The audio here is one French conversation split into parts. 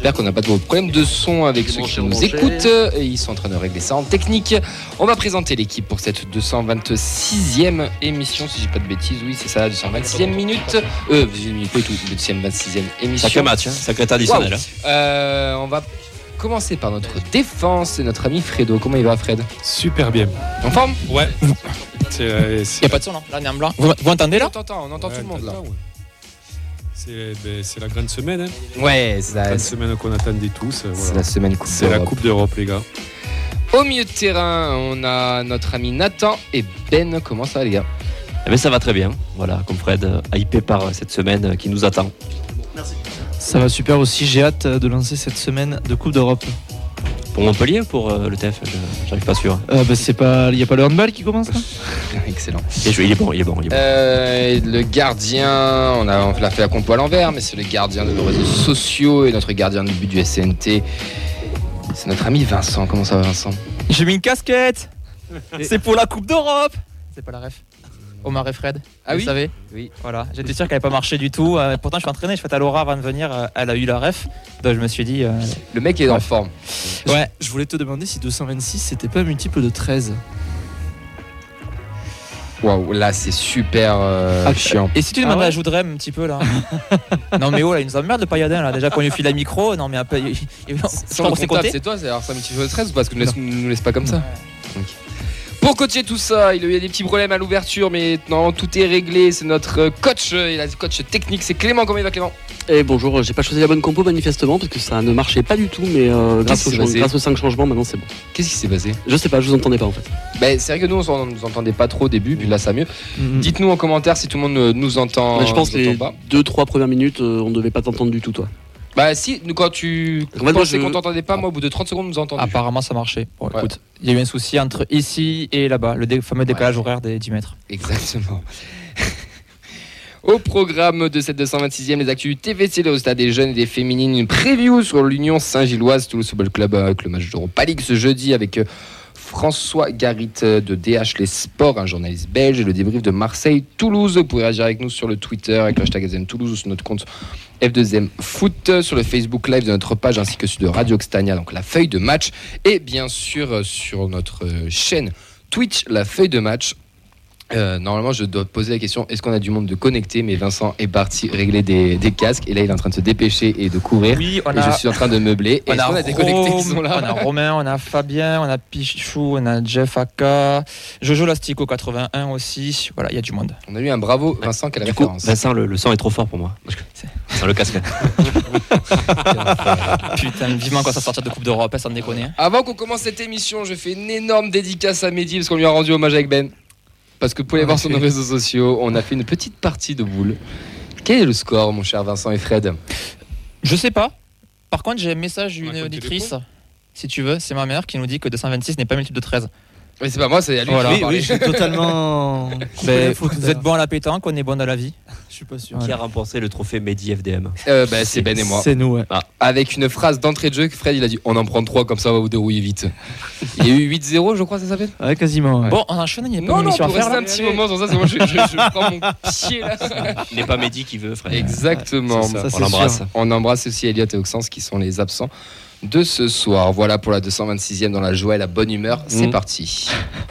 J'espère qu'on n'a pas de problème de son avec ceux qui nous écoutent. Et ils sont en train de régler ça en technique. On va présenter l'équipe pour cette 226e émission, si j'ai pas de bêtises. Oui, c'est ça, 226e minute. Pas du tout, 226e émission. Sacré match, sacré traditionnel. On va commencer par notre défense et notre ami Fredo. Comment il va, Fred ? Super bien. En forme ? Ouais. Il n'y a pas de son, là, on est en blanc. Vous entendez là ? On entend tout le monde là. Ouais. C'est la grande semaine. Ouais, c'est la grande semaine qu'on attendait tous. Voilà. C'est la semaine Coupe C'est d'Europe. la Coupe d'Europe, les gars. Au milieu de terrain, on a notre ami Nathan et Ben. Comment ça va, les gars ? Eh bien, ça va très bien. Voilà, comme Fred, hypé par cette semaine qui nous attend. Merci. Ça va super aussi. J'ai hâte de lancer cette semaine de Coupe d'Europe. Pour Montpellier ou pour le TF ? J'arrive pas sûr. Il n'y a pas le handball qui commence là ? Excellent. Il est bon. Le gardien, on a fait la compo à l'envers, mais c'est le gardien de nos réseaux sociaux et notre gardien de but du SNT. C'est notre ami Vincent. Comment ça va, Vincent ? J'ai mis une casquette. C'est pour la Coupe d'Europe. C'est pas la ref. Omar et Fred. Ah oui ? Vous savez ? Oui. Voilà. J'étais sûr qu'elle n'avait pas marché du tout. Pourtant, je suis entraîné. Je fais à Laura avant de venir. Elle a eu la ref. Donc, je me suis dit. Le mec est en forme. Ouais. Je voulais te demander si 226 c'était pas multiple de 13. Waouh, là c'est super chiant. Et si tu demandais à Joudrem un petit peu là. Non mais oh là, il nous emmerde le pailladin là. Déjà qu'on lui file la micro. Non mais un peu. C'est toi, c'est alors ça multiple de 13 parce que nous laisse pas comme ça. Okay. Pour coacher tout ça, il y a des petits problèmes à l'ouverture, mais non, tout est réglé. C'est notre coach, et la coach technique, c'est Clément. Comment il va, Clément ? Et bonjour, j'ai pas choisi la bonne compo manifestement parce que ça ne marchait pas du tout, mais grâce aux 5 changements, maintenant c'est bon. Qu'est-ce qui s'est passé ? Je sais pas, je vous entendais pas en fait. C'est vrai que nous on nous entendait pas trop au début, puis là ça va mieux. Dites-nous en commentaire si tout le monde nous entend. Je pense que les 2-3 premières minutes, on devait pas t'entendre du tout, toi. Bah si, nous quand tu pensais qu'on t'entendait pas, moi au bout de 30 secondes nous entendons. Apparemment ça marchait. Bon, écoute, il y a eu un souci entre ici et là-bas, le fameux décalage horaire des 10 mètres. Exactement. Au programme de cette 226e, les actus TVC, le stade des jeunes et des féminines, une preview sur l'Union Saint-Gilloise, Toulouse Football Club avec le match d'Europa League ce jeudi avec François Garit de DH Les Sports, un journaliste belge, et le débrief de Marseille-Toulouse. Vous pouvez réagir avec nous sur le Twitter avec le hashtag SM Toulouse ou sur notre compte F2M Foot, sur le Facebook Live de notre page ainsi que sur de Radio Xtania, donc la feuille de match, et bien sûr sur notre chaîne Twitch, la feuille de match. Normalement je dois poser la question, est-ce qu'on a du monde de connecté, mais Vincent est parti régler des casques et là il est en train de se dépêcher et de courir. Oui, je suis en train de meubler. On a des connectés qui sont là. On a Romain, on a Fabien, on a Pichou, on a Jeff Aka, Jojo Lastico 81 aussi. Voilà, il y a du monde. On a eu un bravo Vincent qui a la référence. Vincent, le son est trop fort pour moi. Sans le casque. Putain, vivement quand ça sortir de Coupe d'Europe, sans déconner. Avant qu'on commence cette émission, je fais une énorme dédicace à Mehdi parce qu'on lui a rendu hommage avec Ben. Parce que vous pouvez voir sur nos réseaux sociaux, on a fait une petite partie de boules. Quel est le score, mon cher Vincent et Fred ? Je sais pas. Par contre, j'ai un message d'une auditrice, si tu veux, c'est ma mère qui nous dit que 226 n'est pas multiple de 13. Mais c'est pas moi, c'est à lui. Voilà. Oui, je suis totalement. Vous êtes bon à la pétanque, on est bon dans la vie. Je suis pas sûr. Qui a remporté le trophée Mehdi FDM ? C'est Ben et moi. C'est nous, ouais. Avec une phrase d'entrée de jeu que Fred il a dit on en prend 3 comme ça on va vous dérouiller vite. Il y a eu 8-0 je crois ça s'appelle. Ouais, quasiment. Ouais. Bon, on enchaîne, il n'y a pas d'émission à faire là. Un petit moment sur ça, parce que moi je prends mon pied là. Il n'est pas Mehdi qui veut, frère. Exactement. Ça, on l'embrasse. On embrasse aussi Elliot et Oxens qui sont les absents de ce soir. Voilà pour la 226e dans la joie et la bonne humeur. C'est parti.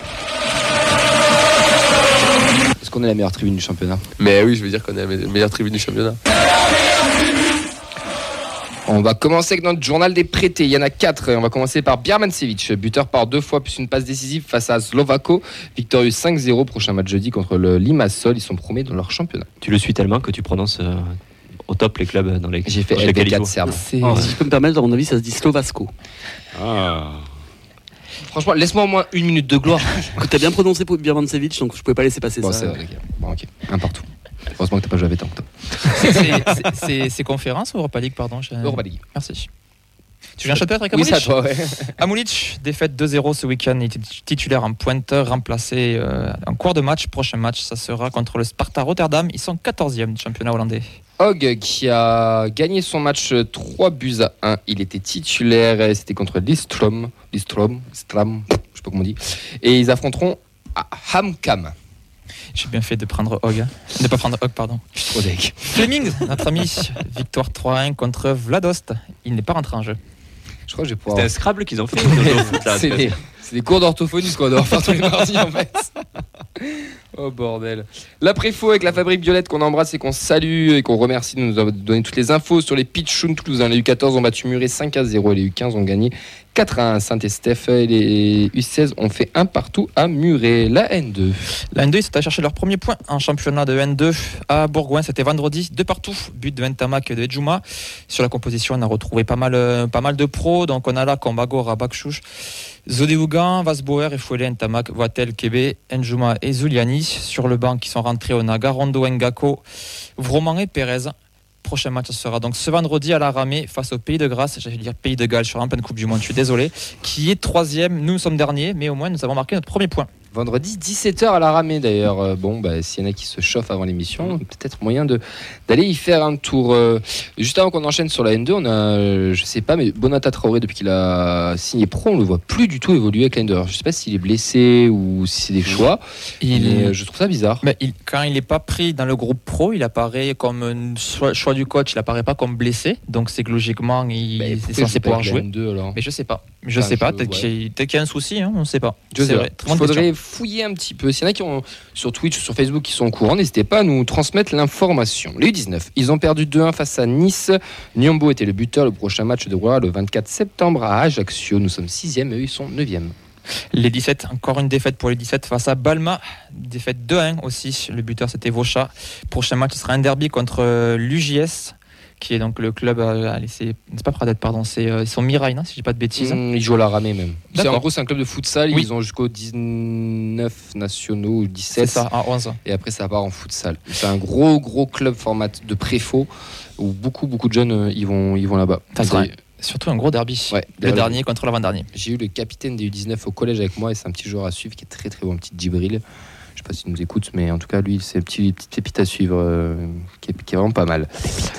Est-ce qu'on est la meilleure tribune du championnat ? Mais oui, je veux dire qu'on est la meilleure tribune du championnat. On va commencer avec notre journal des prêtés. Il y en a 4. On va commencer par Birmancevic, buteur par 2 fois plus une passe décisive face à Slovako. Victorieux 5-0, prochain match jeudi contre le Limassol. Ils sont premiers dans leur championnat. Tu le suis tellement que tu prononces au top les clubs dans les. J'ai fait LV4 serbe. Si je peux me permettre, à mon avis, ça se dit Slovasco. Franchement, laisse-moi au moins 1 minute de gloire. T'as bien prononcé pour Birmancevic, donc je pouvais pas laisser passer ça. C'est vrai, bon, ok. Un partout. Heureusement que t'as pas joué à pétanque, toi. C'est conférence ou Europa League, pardon Europa League. Merci. Tu viens peut-être avec Oui, Amulic ? ça toi, ouais. Amulic, défaite 2-0 ce week-end. Il était titulaire en pointeur, remplacé en cours de match. Prochain match, ça sera contre le Sparta Rotterdam. Ils sont 14e du championnat hollandais. Hogg qui a gagné son match 3-1. Il était titulaire et c'était contre Listrom, je sais pas comment on dit. Et ils affronteront à Hamkam. J'ai bien fait de prendre Hog. De pas prendre Hog, pardon. Je suis trop deg. Fleming, notre ami, victoire 3-1 contre Vladost. Il n'est pas rentré en jeu. Je crois que je vais pouvoir. C'était un Scrabble qu'ils ont fait. C'est des cours d'orthophonie, ce qu'on doit faire tous les mardis en fait. Oh bordel. L'après-faux avec la fabrique Violette qu'on embrasse et qu'on salue et qu'on remercie de nous avoir donné toutes les infos sur les Pitchouns Toulousains. Les U14 ont battu Muret 5-0 et les U15 ont gagné 4-1. Saint-Estèphe et les U16 ont fait un partout à Muret. La N2. La N2, ils sont allés chercher leur premier point en championnat de N2 à Bourgoin. C'était vendredi, 2 partout. But de Ntamak et de Edjouma. Sur la composition, on a retrouvé pas mal de pros. Donc on a là Kombago, Rabakchouch, Zodéougan, Vasbauer, Efouélé, Ntamak, Voitel, Kébé, Ndjouma et Zuliani. Sur le banc qui sont rentrés, on a Garondo, Ngako, Vroman et Pérez. Prochain match sera donc ce vendredi à la Ramée face au Pays de Grâce, j'allais dire Pays de Galles, je suis en pleine Coupe du Monde, je suis désolé, qui est 3e, nous sommes derniers, mais au moins nous avons marqué notre premier point. Vendredi 17h à la Ramée d'ailleurs. S'il y en a qui se chauffent avant l'émission, peut-être moyen d'aller y faire un tour. Juste avant qu'on enchaîne sur la N2, on a, je sais pas, mais Bonata Traoré, depuis qu'il a signé pro, on le voit plus du tout évoluer avec la N2. Alors, je sais pas s'il est blessé ou si c'est des choix. Je trouve ça bizarre. Mais quand il n'est pas pris dans le groupe pro, il apparaît comme choix du coach, il apparaît pas comme blessé. Donc c'est que logiquement, il est censé pouvoir jouer. N2, alors. Mais je sais pas. Peut-être qu'il y a un souci, hein, on ne sait pas. Il faudrait fouiller un petit peu. S'il y en a qui ont sur Twitch ou sur Facebook qui sont au courant, n'hésitez pas à nous transmettre l'information. Les U19, ils ont perdu 2-1 face à Nice. Niambo était le buteur. Le prochain match de déroulera le 24 septembre à Ajaccio. Nous sommes 6e et eux ils sont 9e. Les 17, encore une défaite pour les 17 face à Balma. Défaite 2-1 aussi. Le buteur c'était Vauchat. Prochain match ce sera un derby contre l'UJS, qui est donc le club, c'est pas Pradette, pardon, ils sont Mirail, si je dis pas de bêtises. Ils jouent à la Ramée même. En gros, c'est un club de futsal, oui. Ils ont jusqu'aux 19 nationaux ou 17. C'est ça, à 11. Et après, ça part en futsal. C'est un gros club format de préfaux où beaucoup de jeunes ils vont là-bas. Surtout un gros derby. Ouais, le dernier contre l'avant-dernier. J'ai eu le capitaine des U19 au collège avec moi et c'est un petit joueur à suivre qui est très très bon, un petit Djibril. Je sais pas s'il nous écoute, mais en tout cas, lui, c'est une petite pépite à suivre qui est vraiment pas mal.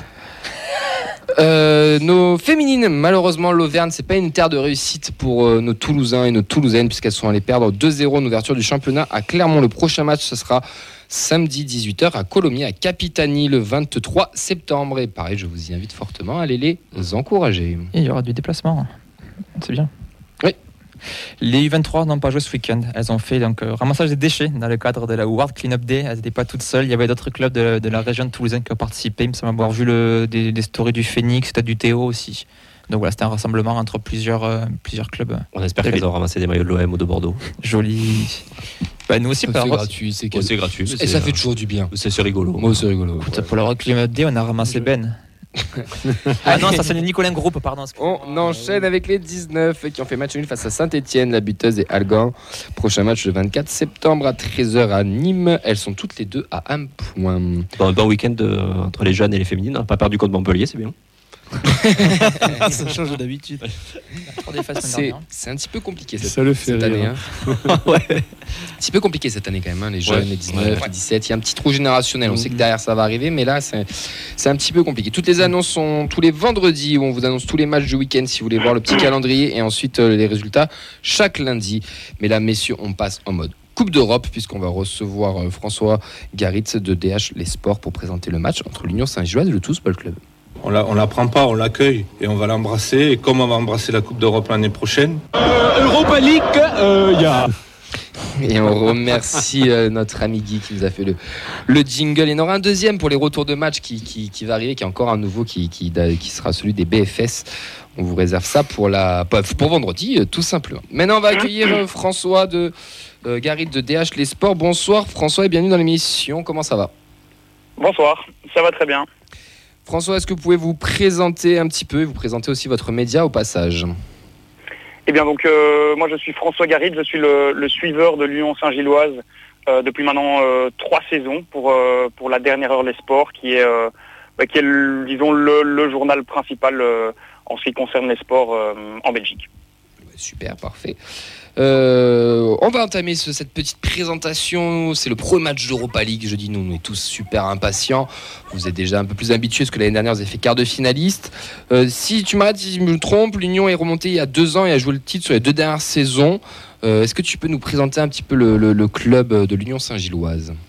Nos féminines, malheureusement l'Auvergne c'est pas une terre de réussite pour nos Toulousains et nos Toulousaines puisqu'elles sont allées perdre 2-0 en ouverture du championnat à Clermont. Le prochain match ce sera samedi 18h à Colomiers à Capitani le 23 septembre et pareil je vous y invite fortement à aller les encourager. Et il y aura du déplacement, c'est bien. Oui. Les U23 n'ont pas joué ce week-end. Elles ont fait donc ramassage des déchets dans le cadre de la World Cleanup Day. Elles n'étaient pas toutes seules. Il y avait d'autres clubs de la région de Toulouse qui ont participé. Il me semble avoir vu des stories du Phoenix, peut-être du Théo aussi. Donc voilà, c'était un rassemblement entre plusieurs clubs. On espère qu'elles ont ramassé des maillots de l'OM ou de Bordeaux. Joli. Nous aussi, c'est gratuit. C'est gratuit. Et ça fait toujours du bien. C'est rigolo. Moi, c'est rigolo. Écoute, pour la World Cleanup Day, on a ramassé Ben. Ah non, ça c'est le Nicolas Groupe, pardon. On enchaîne avec les 19 qui ont fait match nul face à Saint-Etienne, la Buteuse et Algan. Prochain match le 24 septembre à 13h à Nîmes. Elles sont toutes les deux à 1 point. Bon week-end entre les jeunes et les féminines. On n'a pas perdu contre Montpellier, c'est bien. Ça change d'habitude. C'est un petit peu compliqué cette année. Hein. Ouais. Un petit peu compliqué cette année quand même, hein, les jeunes, les 19, les 17. Il y a un petit trou générationnel. On sait que derrière ça va arriver, mais là c'est un petit peu compliqué. Toutes les annonces sont tous les vendredis où on vous annonce tous les matchs du week-end si vous voulez voir le petit calendrier et ensuite les résultats chaque lundi. Mais là, messieurs, on passe en mode Coupe d'Europe puisqu'on va recevoir François Garitz de DH Les Sports pour présenter le match entre l'Union Saint-Gilloise et le Toulouse Ball Club. On la prend pas, on l'accueille et on va l'embrasser. Et comme on va embrasser la Coupe d'Europe l'année prochaine. Europa League, Et on remercie notre ami Guy qui nous a fait le jingle. Il y en aura un deuxième pour les retours de match qui va arriver, qui est encore un nouveau qui sera celui des BFS. On vous réserve ça pour vendredi, tout simplement. Maintenant, on va accueillir François de Garit de DH Les Sports. Bonsoir François et bienvenue dans l'émission. Comment ça va ? Bonsoir, ça va très bien. François, est-ce que vous pouvez vous présenter un petit peu et vous présenter aussi votre média au passage ? Eh bien donc, moi je suis François Garit, je suis le suiveur de l'Union Saint-Gilloise depuis maintenant 3 saisons pour la dernière heure Les Sports qui est disons le journal principal en ce qui concerne les sports en Belgique. Super, parfait. On va entamer cette petite présentation. C'est le premier match d'Europa League. Je dis nous, on est tous super impatients. Vous êtes déjà un peu plus habitués parce que l'année dernière, vous avez fait quart de finaliste. Si tu m'arrêtes, si je me trompe, l'Union est remontée il y a 2 ans et a joué le titre sur les 2 dernières saisons. Est-ce que tu peux nous présenter un petit peu le club de l'Union Saint-Gilloise ?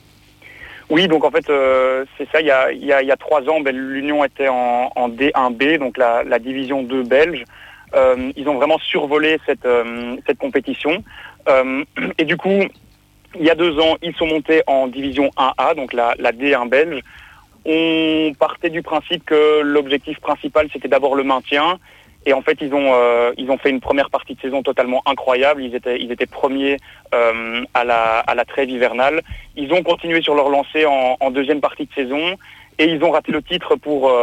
Oui, donc en fait, c'est ça. Il y a 3 ans, l'Union était en D1B, donc la division 2 belge. Ils ont vraiment survolé cette compétition. Et du coup, il y a 2 ans, ils sont montés en division 1A, donc la D1 belge. On partait du principe que l'objectif principal, c'était d'abord le maintien. Et en fait, ils ont fait une première partie de saison totalement incroyable. Ils étaient premiers à la trêve hivernale. Ils ont continué sur leur lancée en deuxième partie de saison et ils ont raté le titre pour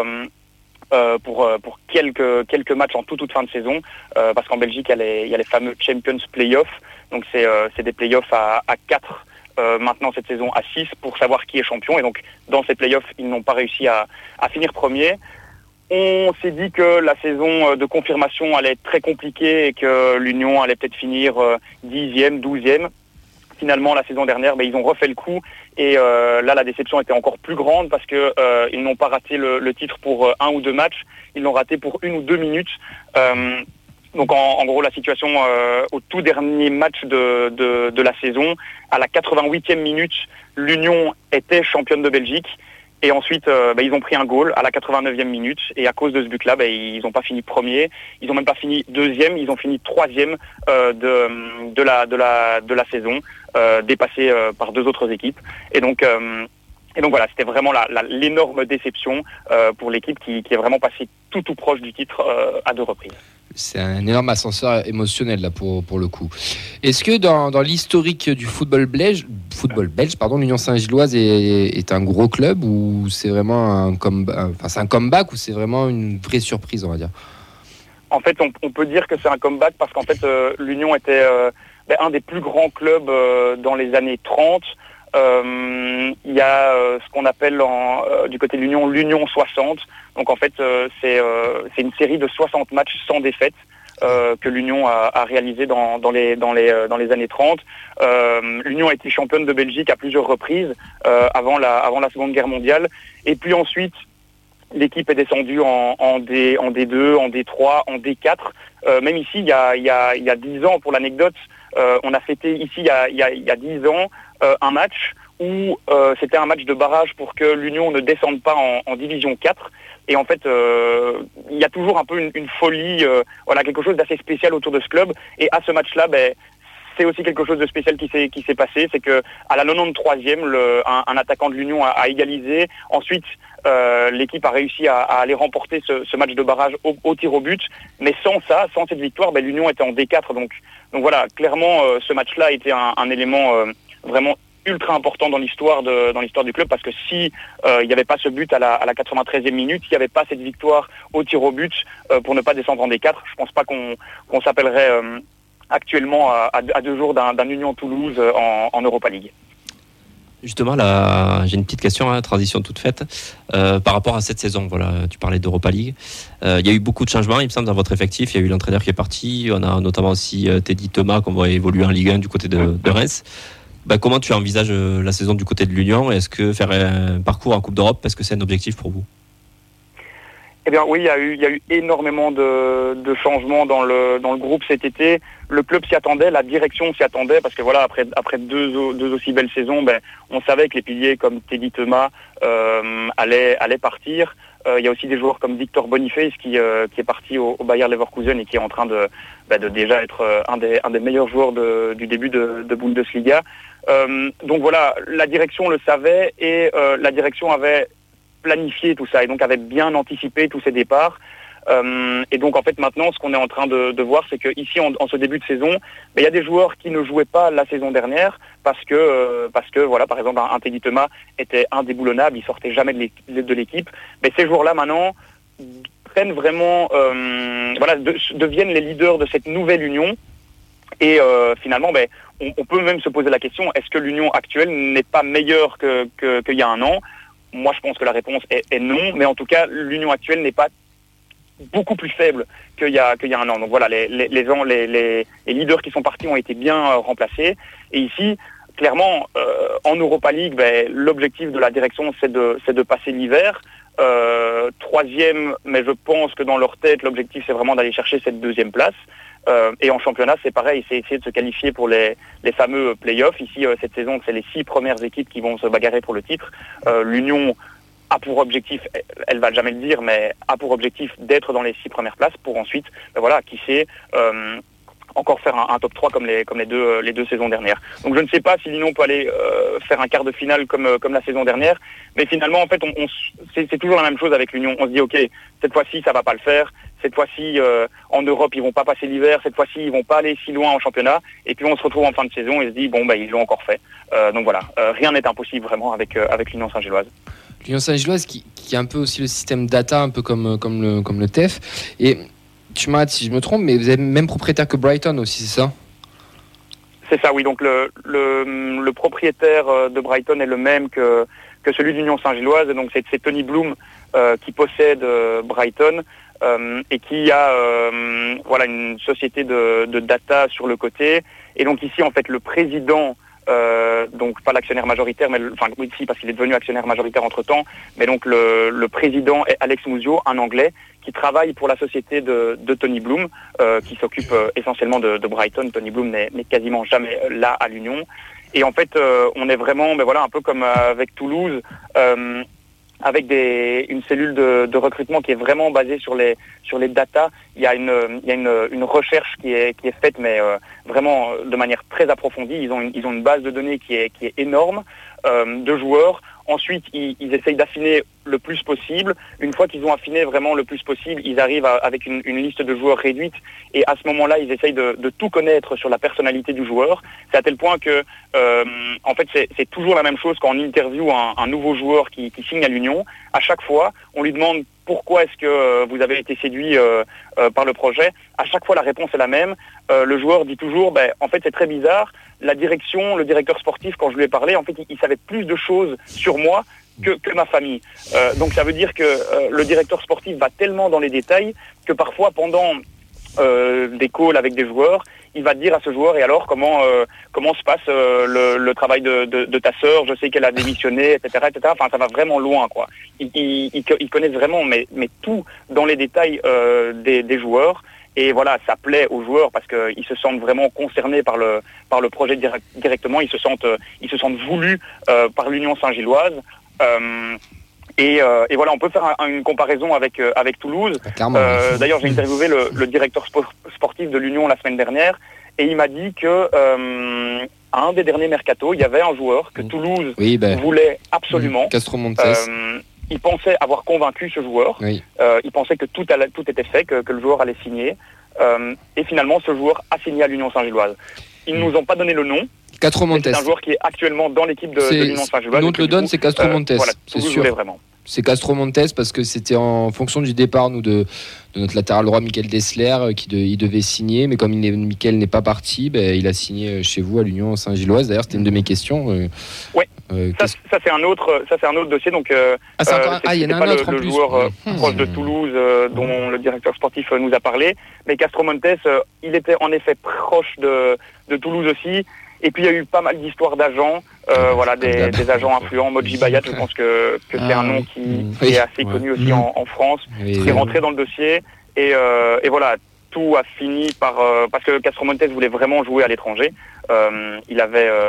quelques matchs en toute fin de saison, parce qu'en Belgique, il y a les fameux Champions Playoffs. Donc c'est des playoffs à 4. Maintenant cette saison à 6 pour savoir qui est champion. Et donc dans ces playoffs, ils n'ont pas réussi à finir premier. On s'est dit que la saison de confirmation allait être très compliquée et que l'Union allait peut-être finir 10e, 12e. Finalement, la saison dernière, ils ont refait le coup. Et là, la déception était encore plus grande parce que ils n'ont pas raté le titre pour 1 ou 2 matchs. Ils l'ont raté pour 1 ou 2 minutes. Donc en gros, la situation au tout dernier match de la saison, à la 88e minute, l'Union était championne de Belgique. Et ensuite, ils ont pris un goal à la 89e minute. Et à cause de ce but-là, ils n'ont pas fini premier. Ils n'ont même pas fini deuxième. Ils ont fini troisième de la saison, dépassés par 2 autres équipes. Et donc voilà, c'était vraiment l'énorme déception pour l'équipe qui est vraiment passée tout proche du titre à 2 reprises. C'est un énorme ascenseur émotionnel là pour le coup. Est-ce que dans l'historique du football belge, l'Union Saint-Gilloise est un gros club ou c'est vraiment un comeback ou c'est vraiment une vraie surprise, on va dire? En fait, on peut dire que c'est un comeback parce qu'en fait, l'Union était un des plus grands clubs dans les années 30. Il y a ce qu'on appelle du côté de l'Union 60. Donc en fait, c'est une série de 60 matchs sans défaite que l'Union a réalisé dans les années 30. L'Union a été championne de Belgique à plusieurs reprises avant la Seconde Guerre mondiale. Et puis ensuite, l'équipe est descendue en D2, en D3, en D4. Même ici, il y a 10 ans, pour l'anecdote, on a fêté ici il y a 10 ans un match où c'était un match de barrage pour que l'Union ne descende pas en division 4. Et en fait, il y a toujours un peu une folie, quelque chose d'assez spécial autour de ce club. Et à ce match-là, c'est aussi quelque chose de spécial qui s'est passé. C'est que à la 93e, un attaquant de l'Union a égalisé. Ensuite, l'équipe a réussi à aller remporter ce match de barrage au tir au but. Mais sans cette victoire, l'Union était en D4. Donc voilà, clairement, ce match-là a été un élément vraiment ultra important dans l'histoire du club, parce que si il n'y avait pas ce but à la 93e minute, s'il n'y avait pas cette victoire au tir au but pour ne pas descendre en D4, je pense pas qu'on s'appellerait actuellement à 2 jours d'un Union Toulouse en Europa League. Justement, là, j'ai une petite question, transition toute faite, par rapport à cette saison. Voilà, tu parlais d'Europa League. Il y a eu beaucoup de changements, il me semble, dans votre effectif. Il y a eu l'entraîneur qui est parti. On a notamment aussi Teddy Thomas, qu'on voit évoluer en Ligue 1 du côté de Reims. Comment tu envisages la saison du côté de l'Union? Est-ce que faire un parcours en Coupe d'Europe, est-ce que c'est un objectif pour vous? Eh bien oui, il y a eu énormément de changements dans le groupe cet été. Le club s'y attendait, la direction s'y attendait, parce que voilà, après deux aussi belles saisons, on savait que les piliers comme Teddy Thomas allaient partir. Il y a aussi des joueurs comme Victor Boniface qui est parti au Bayer Leverkusen et qui est en train de déjà être un des meilleurs joueurs du début de Bundesliga. Donc voilà, la direction le savait et la direction avait planifié tout ça et donc avait bien anticipé tous ces départs. Et donc en fait maintenant, ce qu'on est en train de voir, c'est que ici en ce début de saison, il y a des joueurs qui ne jouaient pas la saison dernière parce que voilà, par exemple un Teddy Thomas était indéboulonnable, il sortait jamais de l'équipe. Mais ces joueurs-là maintenant prennent vraiment, deviennent les leaders de cette nouvelle union. Et finalement, on peut même se poser la question, est-ce que l'union actuelle n'est pas meilleure qu'il y a un an? Moi, je pense que la réponse est non, mais en tout cas, l'union actuelle n'est pas beaucoup plus faible qu'il y a un an. Donc voilà, les leaders qui sont partis ont été bien remplacés. Et ici, clairement, en Europa League, l'objectif de la direction, c'est de passer l'hiver. 3e, mais je pense que dans leur tête, l'objectif, c'est vraiment d'aller chercher cette 2e place. Et en championnat, c'est pareil, c'est essayer de se qualifier pour les fameux play-offs. Ici, cette saison, c'est les 6 premières équipes qui vont se bagarrer pour le titre. L'Union a pour objectif, elle va jamais le dire, mais a pour objectif d'être dans les 6 premières places pour ensuite, qui sait, encore faire un top 3 comme les deux saisons dernières. Donc je ne sais pas si Lyon peut aller faire un quart de finale comme la saison dernière, mais finalement en fait c'est toujours la même chose avec l'Union. On se dit ok, cette fois-ci ça va pas le faire, cette fois-ci en Europe ils vont pas passer l'hiver, cette fois-ci ils vont pas aller si loin en championnat, et puis on se retrouve en fin de saison et se dit bon ils l'ont encore fait. Donc voilà, rien n'est impossible vraiment avec l'Union Saint-Gilloise. L'Union Saint-Gilloise qui a un peu aussi le système data, un peu comme le TEF. Et tu m'arrêtes si je me trompe, mais vous êtes même propriétaire que Brighton aussi, c'est ça ? C'est ça, oui. Donc le propriétaire de Brighton est le même que celui de l'Union Saint-Gilloise. Et donc c'est Tony Bloom qui possède Brighton et qui a une société de data sur le côté. Et donc ici, en fait, le président, donc pas l'actionnaire majoritaire, mais oui, si, parce qu'il est devenu actionnaire majoritaire entre-temps, mais donc le président est Alex Muzio, un Anglais, qui travaille pour la société de Tony Bloom, qui s'occupe essentiellement de Brighton. Tony Bloom n'est quasiment jamais là à l'Union. Et en fait, on est vraiment, un peu comme avec Toulouse, avec une cellule de recrutement qui est vraiment basée sur les datas. Il y a une recherche qui est faite, mais vraiment de manière très approfondie. Ils ont une base de données qui est énorme de joueurs. Ensuite, ils essayent d'affiner le plus possible. Une fois qu'ils ont affiné vraiment le plus possible, ils arrivent avec une liste de joueurs réduite. Et à ce moment-là, ils essayent de tout connaître sur la personnalité du joueur. C'est à tel point que, en fait, c'est toujours la même chose quand on interviewe un nouveau joueur qui signe à l'Union. À chaque fois, on lui demande pourquoi est-ce que vous avez été séduit par le projet. À chaque fois, la réponse est la même. Le joueur dit toujours, en fait, c'est très bizarre. La direction, le directeur sportif, quand je lui ai parlé, en fait, il savait plus de choses sur moi que ma famille. Donc ça veut dire que le directeur sportif va tellement dans les détails que parfois, pendant des calls avec des joueurs, il va dire à ce joueur, et alors comment se passe le travail de ta sœur, je sais qu'elle a démissionné, etc., etc. Enfin, ça va vraiment loin, quoi. Ils connaissent vraiment, mais tout dans les détails des joueurs. Et voilà, ça plaît aux joueurs parce qu'ils se sentent vraiment concernés par le projet directement. Ils se sentent voulus par l'Union Saint-Gilloise. Et voilà, on peut faire une comparaison avec Toulouse. D'ailleurs, j'ai interviewé le directeur sportif de l'Union la semaine dernière, et il m'a dit que à un des derniers mercatos, il y avait un joueur que Toulouse voulait absolument. Castro Montes. Il pensait avoir convaincu ce joueur. Oui. Il pensait que tout était fait, que le joueur allait signer. Et finalement, ce joueur a signé à l'Union Saint-Gilloise. Ils ne nous ont pas donné le nom. Castro Montes. C'est un joueur qui est actuellement dans l'équipe de l'Union Saint-Gilloise. Nous te le donne, c'est Castro Montes. Voilà, c'est sûr. Vraiment. C'est Castro Montes parce que c'était en fonction du départ de notre latéral droit Michael Dessler il devait signer, mais comme Michael n'est pas parti, il a signé chez vous à l'Union Saint-Gilloise. D'ailleurs, c'était une de mes questions. Oui. Ça c'est un autre dossier. Donc il y en a un autre le joueur proche de Toulouse dont le directeur sportif nous a parlé, mais Castro Montes, il était en effet proche de Toulouse aussi. Et puis il y a eu pas mal d'histoires d'agents, des agents influents. Moji Bayat, je pense que c'est un nom qui est assez connu aussi en France, qui est rentré dans le dossier. Et voilà, tout a fini parce que Castro Montes voulait vraiment jouer à l'étranger. Il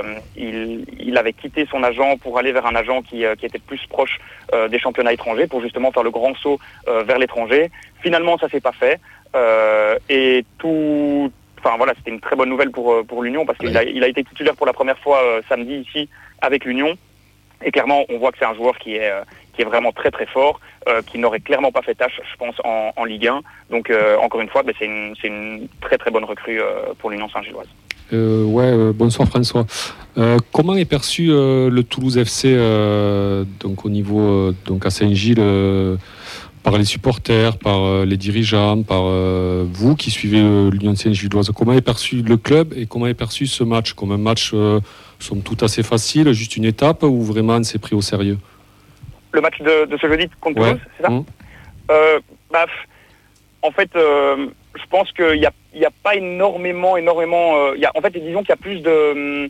avait quitté son agent pour aller vers un agent qui était plus proche des championnats étrangers pour justement faire le grand saut vers l'étranger. Finalement, ça s'est pas fait. Et tout. Enfin voilà, c'était une très bonne nouvelle pour l'Union parce qu'il a été titulaire pour la première fois samedi ici avec l'Union. Et clairement, on voit que c'est un joueur qui est vraiment très très fort, qui n'aurait clairement pas fait tâche, je pense, en Ligue 1. Donc encore une fois, c'est une très très bonne recrue pour l'Union Saint-Gilloise. Bonsoir François. Comment est perçu le Toulouse FC donc au niveau donc à Saint-Gilles par les supporters, par les dirigeants, par vous qui suivez l'Union Saint-Gilloise? Comment est perçu le club et comment est perçu ce match? Comme un match somme toute assez facile, juste une étape, ou vraiment c'est pris au sérieux? Le match de ce jeudi contre Toulouse, c'est ça? En fait, je pense qu'il y a pas énormément. En fait, disons qu'il y a plus de.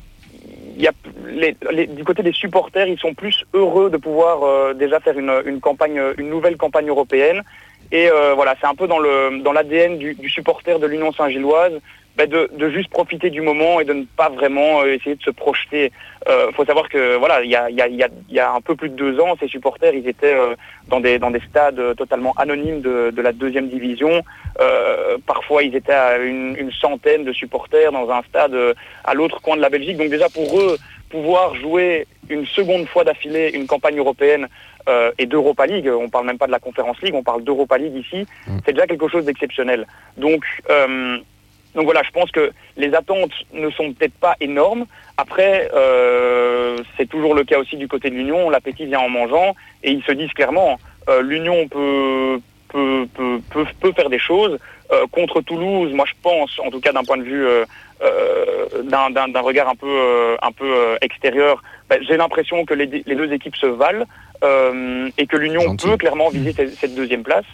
Du côté des supporters, ils sont plus heureux de pouvoir déjà faire une nouvelle campagne européenne. Et voilà, c'est un peu dans l'ADN du supporter de l'Union Saint-Gilloise, de juste profiter du moment et de ne pas vraiment essayer de se projeter. Faut savoir que voilà, il y a un peu plus de 2 ans, ces supporters, ils étaient dans des stades totalement anonymes de la 2e division. Parfois, ils étaient à une centaine de supporters dans un stade à l'autre coin de la Belgique. Donc déjà pour eux, pouvoir jouer une seconde fois d'affilée une campagne européenne et d'Europa League, on parle même pas de la Conference League, on parle d'Europa League ici, c'est déjà quelque chose d'exceptionnel. Donc voilà, je pense que les attentes ne sont peut-être pas énormes. Après, c'est toujours le cas aussi du côté de l'Union, l'appétit vient en mangeant, et ils se disent clairement, l'Union peut faire des choses. Contre Toulouse, moi je pense, en tout cas d'un point de vue, d'un regard un peu extérieur, j'ai l'impression que les 2 équipes se valent et que l'Union peut clairement viser cette 2e place.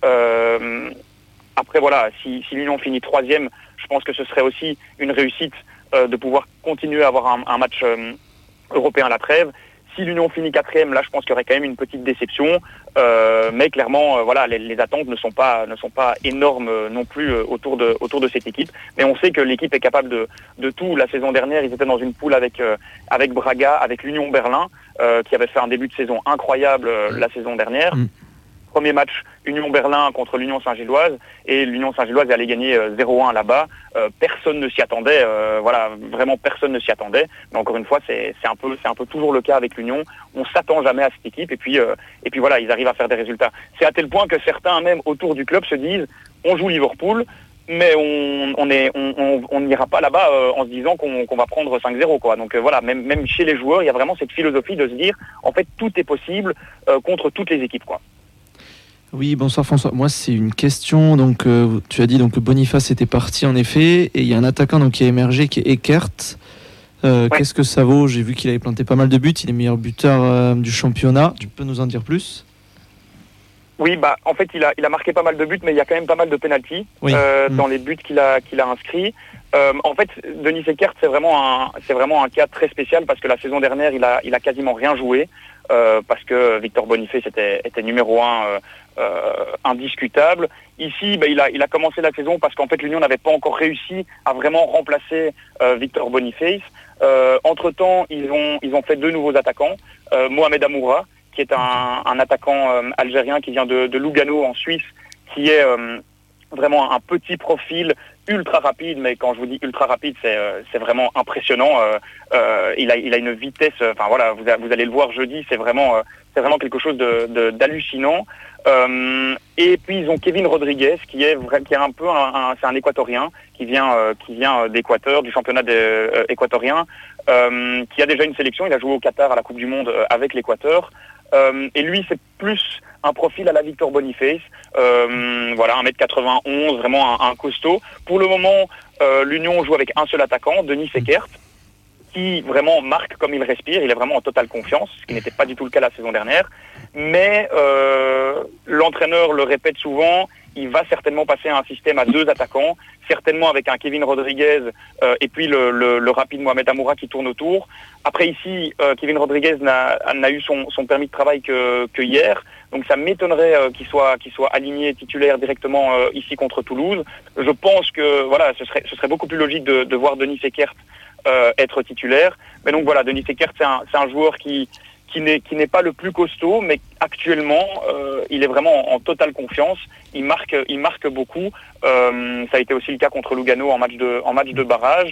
Après voilà, si l'Union finit 3e, je pense que ce serait aussi une réussite de pouvoir continuer à avoir un match européen à la trêve. Si l'Union finit 4e, là je pense qu'il y aurait quand même une petite déception, mais clairement voilà, les attentes ne sont pas énormes non plus autour de cette équipe. Mais on sait que l'équipe est capable de tout. La saison dernière, ils étaient dans une poule avec Braga, avec l'Union Berlin, qui avait fait un début de saison incroyable la saison dernière. Premier match Union Berlin contre l'Union Saint-Gilloise, et l'Union Saint-Gilloise allait gagner 0-1 là-bas. Personne ne s'y attendait, voilà, vraiment personne ne s'y attendait. Mais encore une fois, c'est un peu toujours le cas avec l'Union. On s'attend jamais à cette équipe, et puis voilà, ils arrivent à faire des résultats. C'est à tel point que certains même autour du club se disent, on joue Liverpool, mais on n'ira pas là-bas en se disant qu'on va prendre 5-0 quoi. Donc voilà, même chez les joueurs, il y a vraiment cette philosophie de se dire, en fait, tout est possible contre toutes les équipes quoi. Oui, bonsoir François. Moi, c'est une question. Donc, tu as dit donc, que Boniface était parti en effet, et il y a un attaquant donc, qui a émergé, qui est Eckert. Ouais. Qu'est-ce que ça vaut? J'ai vu qu'il avait planté pas mal de buts. Il est meilleur buteur du championnat. Tu peux nous en dire plus? Oui, en fait, il a marqué pas mal de buts, mais il y a quand même pas mal de pénaltys dans les buts qu'il a inscrits. En fait, Denis Eckert, c'est vraiment un cas très spécial parce que la saison dernière, il a quasiment rien joué parce que Victor Boniface était numéro 1 indiscutable. Ici, il a commencé la saison parce qu'en fait, l'Union n'avait pas encore réussi à vraiment remplacer Victor Boniface. Entre-temps, ils ont fait 2 nouveaux attaquants. Mohamed Amoura, qui est un attaquant algérien qui vient de Lugano en Suisse, qui est vraiment un petit profil ultra rapide, mais quand je vous dis ultra rapide, c'est vraiment impressionnant. Il a une vitesse, enfin voilà, vous allez le voir jeudi, c'est vraiment quelque chose d'hallucinant. Et puis ils ont Kevin Rodriguez, qui est un peu c'est un Équatorien qui vient d'Équateur, du championnat équatorien, qui a déjà une sélection. Il a joué au Qatar à la Coupe du Monde avec l'Équateur. Et lui, c'est plus un profil à la Victor Boniface, voilà, 1m91, vraiment un costaud. Pour le moment, l'Union joue avec un seul attaquant, Denis Eckert, qui vraiment marque comme il respire. Il est vraiment en totale confiance, ce qui n'était pas du tout le cas la saison dernière. Mais l'entraîneur le répète souvent, il va certainement passer à un système à 2 attaquants, certainement avec un Kevin Rodriguez et puis le rapide Mohamed Amoura qui tourne autour. Après ici, Kevin Rodriguez n'a eu son permis de travail que hier, donc ça m'étonnerait qu'il soit aligné titulaire directement ici contre Toulouse. Je pense que voilà, ce serait beaucoup plus logique de voir Denis Eckert être titulaire. Mais donc voilà, Denis Eckert, c'est un joueur qui n'est pas le plus costaud, mais actuellement, il est vraiment en totale confiance. Il marque beaucoup. Ça a été aussi le cas contre Lugano en match de barrage.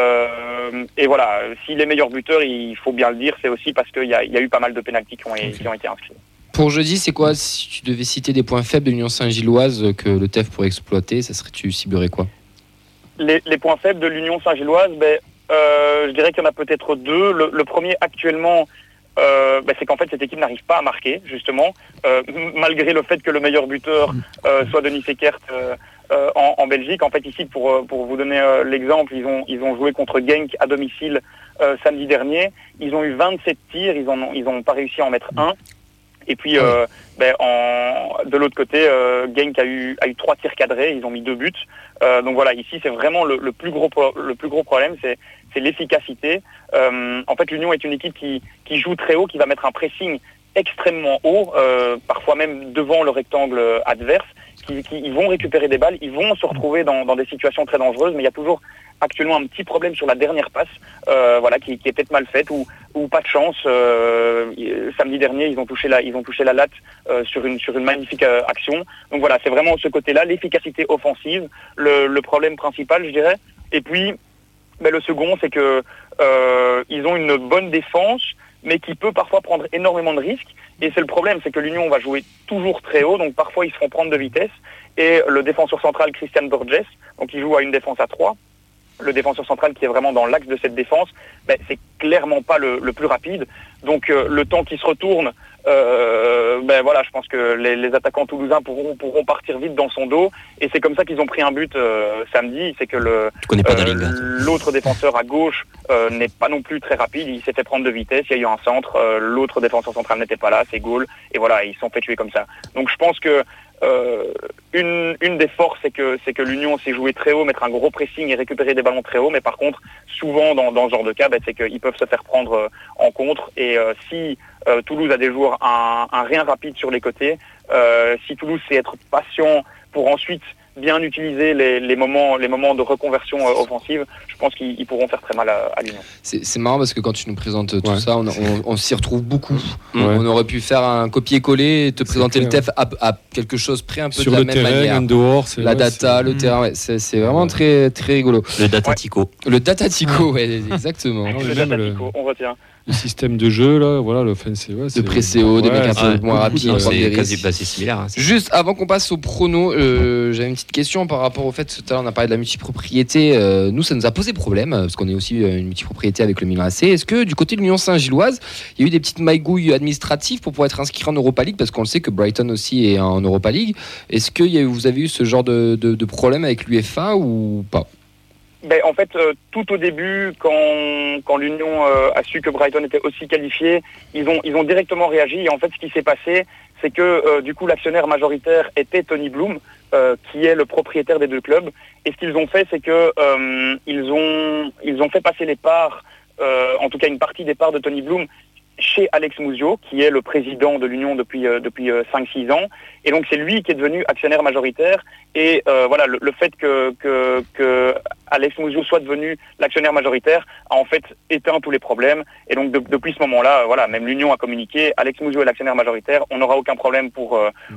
Et voilà, s'il est meilleur buteur, il faut bien le dire, c'est aussi parce qu'il y a eu pas mal de pénaltys qui ont été inscrits. Pour jeudi, c'est quoi, si tu devais citer des points faibles de l'Union Saint-Gilloise que le TEF pourrait exploiter, tu ciblerais quoi? Les points faibles de l'Union Saint-Gilloise, je dirais qu'il y en a peut-être 2. Le premier actuellement, c'est qu'en fait cette équipe n'arrive pas à marquer justement, malgré le fait que le meilleur buteur soit Denis Eckert en Belgique. En fait ici, pour vous donner l'exemple, ils ont joué contre Genk à domicile samedi dernier. Ils ont eu 27 tirs, ils ont pas réussi à en mettre un. Et puis de l'autre côté, Genk a eu 3 tirs cadrés, ils ont mis 2 buts. Donc voilà, ici c'est vraiment le plus gros problème, c'est l'efficacité. En fait, l'Union est une équipe qui joue très haut, qui va mettre un pressing extrêmement haut, parfois même devant le rectangle adverse, qui vont récupérer des balles, ils vont se retrouver dans des situations très dangereuses, mais il y a toujours actuellement un petit problème sur la dernière passe, qui est peut-être mal faite ou pas de chance. Samedi dernier, ils ont touché la latte sur une magnifique action. Donc voilà, c'est vraiment ce côté-là, l'efficacité offensive, le problème principal, je dirais. Et puis, le second, c'est que ils ont une bonne défense, mais qui peut parfois prendre énormément de risques. Et c'est le problème, c'est que l'Union va jouer toujours très haut, donc parfois ils se font prendre de vitesse. Et le défenseur central, Christian Borges, donc il joue à une défense à 3, le défenseur central qui est vraiment dans l'axe de cette défense, c'est clairement pas le plus rapide. Donc le temps qu'il se retourne, je pense que les attaquants toulousains pourront partir vite dans son dos. Et c'est comme ça qu'ils ont pris un but samedi. C'est que l'autre défenseur à gauche n'est pas non plus très rapide. Il s'est fait prendre de vitesse. Il y a eu un centre. L'autre défenseur central n'était pas là. C'est goal. Et voilà, ils se sont fait tuer comme ça. Donc je pense que une des forces, c'est que l'Union sait jouer très haut, mettre un gros pressing et récupérer des ballons très haut. Mais par contre, souvent dans ce genre de cas, c'est qu'ils peuvent se faire prendre en contre. Et si Toulouse a des joueurs un rien rapide sur les côtés, si Toulouse sait être patient pour ensuite bien utiliser les moments de reconversion offensive, je pense qu'ils pourront faire très mal à l'Union. C'est marrant parce que quand tu nous présentes tout ça, on s'y retrouve beaucoup. On aurait pu faire un copier-coller et te présenter le TEF à quelque chose près un peu sur de la le même terrain, manière. en dehors, la data, le terrain, c'est vraiment très, très rigolo. Le Datatico. Le Datatico, exactement. Le Datatico, on retient. Le système de jeu, là, voilà, le offensive. De pressé haut, des mecs un peu moins rapides. C'est similaire. Juste avant qu'on passe au prono, j'avais une petite question par rapport au fait que tout à l'heure on a parlé de la multipropriété. Nous, ça nous a posé problème parce qu'on est aussi une multipropriété avec le Milan AC. Est-ce que du côté de l'Union Saint-Gilloise, il y a eu des petites magouilles administratives pour pouvoir être inscrit en Europa League, parce qu'on le sait que Brighton aussi est en Europa League. Est-ce que vous avez eu ce genre de problème avec l'UEFA ou pas? En fait, tout au début, quand l'Union a su que Brighton était aussi qualifié, ils ont directement réagi. Et en fait, ce qui s'est passé, c'est que du coup, l'actionnaire majoritaire était Tony Bloom, qui est le propriétaire des deux clubs. Et ce qu'ils ont fait, c'est que ils ont fait passer les parts, en tout cas une partie des parts de Tony Bloom, chez Alex Muzio, qui est le président de l'Union depuis 5-6 ans. Et donc c'est lui qui est devenu actionnaire majoritaire. Et le fait que Alex Muzio soit devenu l'actionnaire majoritaire a en fait éteint tous les problèmes. Et donc depuis ce moment-là, même l'Union a communiqué, Alex Muzio est l'actionnaire majoritaire, on n'aura aucun problème pour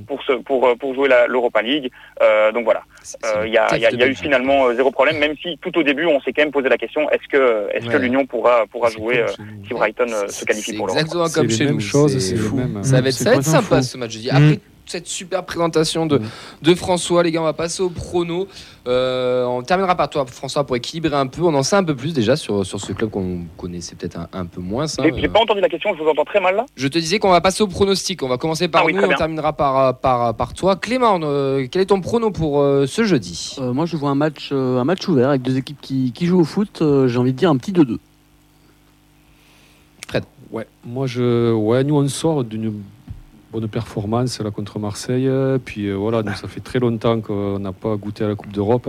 jouer l'Europa League. Donc voilà, il y a eu finalement zéro problème, même si tout au début on s'est quand même posé la question, est-ce que l'Union pourra jouer si Brighton se qualifie pour l'Europe. Exactement comme chez nous. C'est fou. Ça va être sympa ce match. Après cette super présentation de François, les gars, on va passer au prono. On terminera par toi, François, pour équilibrer un peu. On en sait un peu plus déjà sur ce club qu'on connaissait peut-être un peu moins. J'ai pas entendu la question, je vous entends très mal là. Je te disais qu'on va passer au pronostic. On va commencer par nous et on terminera par toi. Clément, quel est ton prono pour ce jeudi? Moi, je vois un match ouvert avec deux équipes qui jouent au foot. J'ai envie de dire un petit 2-2. Fred. Moi, nous, on sort d'une bonne performance là contre Marseille. Puis nous, ça fait très longtemps qu'on n'a pas goûté à la Coupe d'Europe.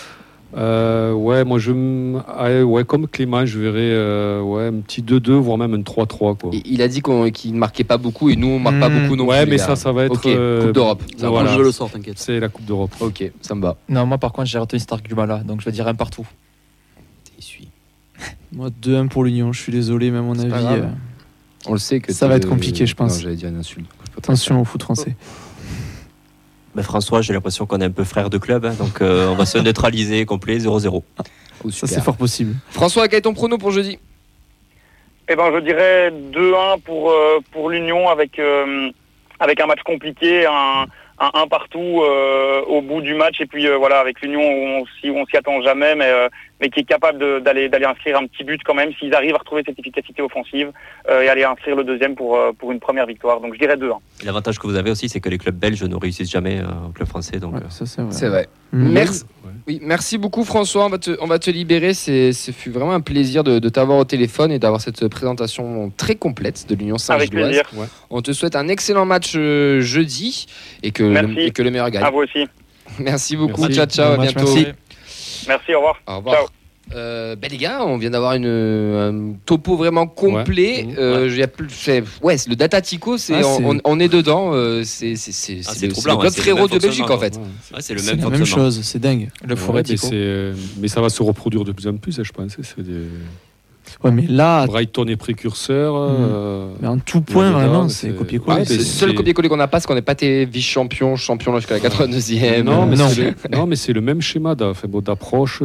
Moi, comme Clément, je verrais un petit 2-2, voire même un 3-3. Quoi. Il a dit qu'il ne marquait pas beaucoup et nous, on ne marque pas beaucoup non plus. Ouais, mais ça va être Coupe d'Europe. Je le sors, t'inquiète. C'est la Coupe d'Europe. Ok, ça me va. Non, moi par contre, j'ai retenu cet argument-là, donc je vais dire un partout. Moi, 2-1 pour l'Union, je suis désolé, mais à mon avis. On le sait que ça va être compliqué, je pense. Non, j'allais dire une insulte. Attention au foot français. François, j'ai l'impression qu'on est un peu frère de club, donc on va se neutraliser complet 0-0. Ça, c'est fort possible. François, quel est ton prono pour jeudi? Je dirais 2-1 pour l'Union avec un match compliqué, un partout au bout du match, et puis avec l'Union on s'y attend jamais, mais qui est capable d'aller inscrire un petit but quand même s'ils arrivent à retrouver cette efficacité offensive et aller inscrire le deuxième pour une première victoire. Donc je dirais 2-1. L'avantage que vous avez aussi, c'est que les clubs belges ne réussissent jamais au club français. Donc ça c'est vrai. C'est vrai. Merci. Oui, merci beaucoup François, on va te libérer. Ce fut vraiment un plaisir de t'avoir au téléphone et d'avoir cette présentation très complète de l'Union Saint-Gilloise. Avec plaisir. On te souhaite un excellent match jeudi et que le meilleur gagne. À vous aussi. Merci beaucoup, merci. Ciao, à bientôt. Merci, au revoir. Au revoir. Ciao. Les gars, on vient d'avoir un topo vraiment complet. Le Data Tico, on est dedans. C'est le club frérot de Belgique en fait. C'est le la même chose, c'est dingue. Le forêt Tico. Mais ça va se reproduire de plus en plus, je pense. Ouais, mais là, Brighton est précurseur. Mais en tout point, vraiment, c'est copier-coller. Le seul copier-coller qu'on n'a pas, c'est qu'on n'est pas été vice-champion là jusqu'à la 82e. Non, mais c'est le même schéma d'approche.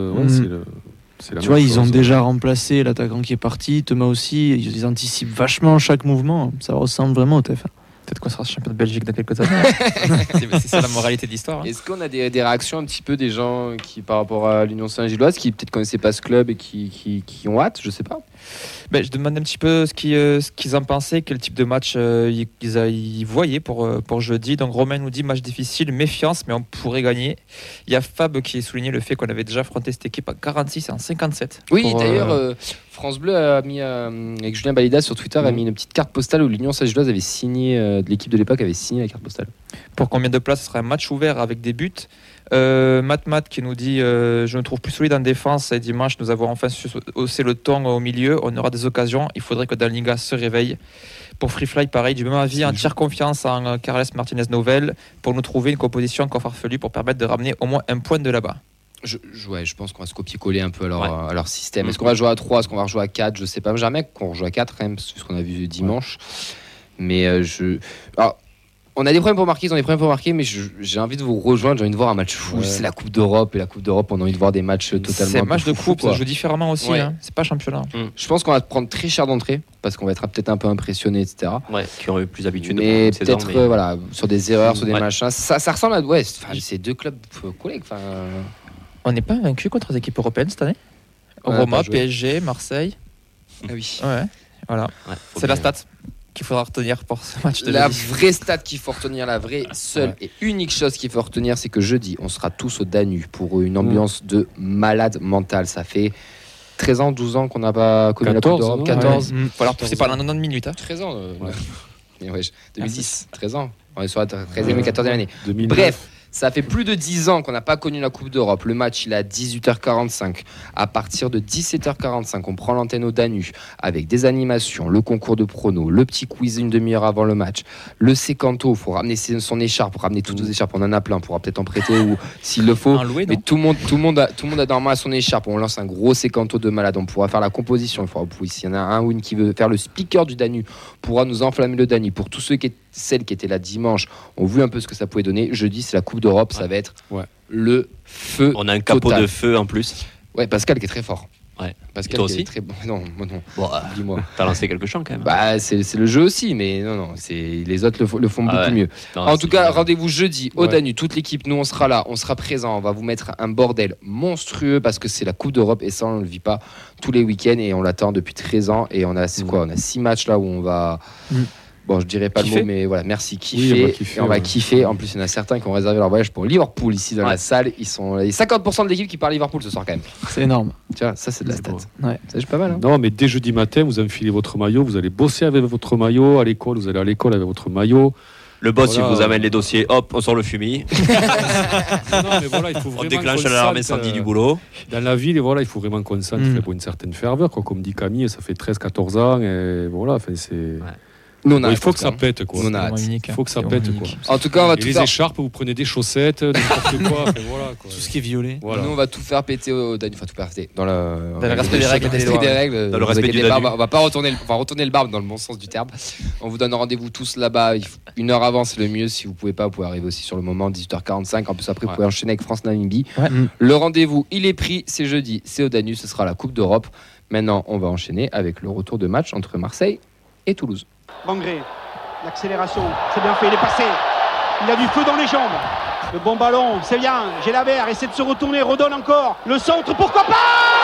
Tu vois, ils ont déjà remplacé l'attaquant qui est parti, Thomas aussi. Ils anticipent vachement chaque mouvement. Ça ressemble vraiment au TF1. Peut-être qu'on sera champion de Belgique dans quelques années. c'est ça la moralité de l'histoire. Est-ce qu'on a des réactions un petit peu des gens qui, par rapport à l'Union Saint-Gilloise, qui peut-être connaissaient pas ce club et qui ont hâte, je sais pas. Je demande un petit peu ce qu'ils en pensaient, quel type de match ils voyaient pour jeudi. Donc Romain nous dit match difficile, méfiance, mais on pourrait gagner. Il y a Fab qui soulignait le fait qu'on avait déjà affronté cette équipe à 46 et en 57. Oui, d'ailleurs, France Bleu a mis, avec Julien Balidas sur Twitter, a mis une petite carte postale où l'Union Saint-Gilloise avait signé, de l'équipe de l'époque avait signé la carte postale. Pour combien de places? Ce sera un match ouvert avec des buts. Matt qui nous dit je me trouve plus solide en défense et dimanche nous avons enfin haussé le ton au milieu, on aura des occasions, il faudrait que Dalinga se réveille. Pour Free Fly pareil, du même avis, entière confiance en Carles Martinez Novel pour nous trouver une composition encore farfelue pour permettre de ramener au moins un point de là-bas. Je pense qu'on va se copier-coller un peu à leur système. Est-ce qu'on va jouer à 3, est-ce qu'on va rejouer à 4? Je sais pas, jamais qu'on rejoue à 4 quand même, c'est ce qu'on a vu dimanche. Mais on a des problèmes pour marquer, mais j'ai envie de vous rejoindre, j'ai envie de voir un match fou. C'est la Coupe d'Europe, et la Coupe d'Europe, on a envie de voir des matchs totalement. C'est un match de coupe, ça joue différemment aussi, c'est pas championnat. Je pense qu'on va prendre très cher d'entrée, parce qu'on va être peut-être un peu impressionné, etc. Qui auraient eu plus d'habitude. Mais peut-être, sur des erreurs, sur des machins. Ça ressemble à. C'est deux clubs collègues. On n'est pas vaincu contre les équipes européennes cette année. Roma, PSG, Marseille. Ah oui. Ouais, voilà. C'est la stat qu'il faudra retenir pour ce match de la jeudi. vraie stat qu'il faut retenir, la vraie seule et unique chose qu'il faut retenir, c'est que jeudi, on sera tous au Danube pour une ambiance de malade mental. Ça fait 13 ans, 12 ans qu'on n'a pas connu la Coupe d'Europe. 14. Voilà, c'est pas la 90 minutes. 13 ans. 2010, 13 ans. On est sur la 13e et 14e année. 2009. Bref. Ça fait plus de 10 ans qu'on n'a pas connu la Coupe d'Europe. Le match, il est à 18h45. À partir de 17h45, on prend l'antenne au Danube avec des animations, le concours de pronos, le petit quiz une demi-heure avant le match, le sécanto, il faut ramener son écharpe, pour ramener toutes vos écharpes. On en a plein, on pourra peut-être en prêter ou s'il le faut. Louer, mais tout le monde a normalement son écharpe. On lance un gros sécanto de malade. On pourra faire la composition. S'il y en a un ou une qui veut faire le speaker du Danube, pourra nous enflammer le Danube. Pour tous celles qui étaient là dimanche ont vu un peu ce que ça pouvait donner. Jeudi, c'est la Coupe d'Europe, ça va être le feu. On a un capot de feu en plus. Ouais, Pascal qui est très fort. Ouais. Pascal toi qui aussi est très bon. Non. Bon, dis-moi. T'as lancé quelque chose quand même. C'est le jeu aussi, mais non, les autres le font beaucoup mieux. Non, en tout cas, rendez-vous jeudi au Danube. Toute l'équipe, nous on sera là, on sera présent. On va vous mettre un bordel monstrueux parce que c'est la Coupe d'Europe et ça on ne le vit pas tous les week-ends et on l'attend depuis 13 ans et on a 6 matchs là où on va. Bon, je dirais pas le mot, mais voilà, merci, kiffer. On va kiffer. En plus, il y en a certains qui ont réservé leur voyage pour Liverpool ici dans la salle. Il y a 50% de l'équipe qui part Liverpool ce soir quand même. C'est énorme. Tu vois, ça c'est de la stat. Ouais. Ça joue pas mal. Hein. Non, mais dès jeudi matin, vous enfilez votre maillot, vous allez bosser avec votre maillot à l'école, vous allez à l'école avec votre maillot. Le boss, il vous amène les dossiers, hop, on sort le fumier. Non, mais voilà, il faut vraiment on déclenche l'alarme incendie du boulot. Dans la ville, et voilà, il faut vraiment qu'on sente pour une certaine ferveur. Comme dit Camille, ça fait 13-14 ans. Et voilà, c'est. Il faut que ça pète, quoi. Il faut que ça pète, quoi. En tout cas, on va tout les écharpes, vous prenez des chaussettes, n'importe quoi. Voilà, quoi. Tout ce qui est violet. Voilà. Nous, on va tout faire péter au Danube. Enfin, tout faire péter. Dans le respect des règles. Dans le respect du Danube. On va pas retourner le bar dans le bon sens du terme. On vous donne rendez-vous tous là-bas. Une heure avant, c'est le mieux. Si vous pouvez pas, vous pouvez arriver aussi sur le moment, 18h45. En plus, après, vous pouvez enchaîner avec France-Namibie. Le rendez-vous, il est pris. C'est jeudi. C'est au Danube. Ce sera la Coupe d'Europe. Maintenant, on va enchaîner avec le retour de match entre Marseille et Toulouse. Bangré. L'accélération, c'est bien fait, il est passé. Il a du feu dans les jambes. Le bon ballon, c'est bien. Gélabert essaie de se retourner, redonne encore. Le centre, pourquoi pas.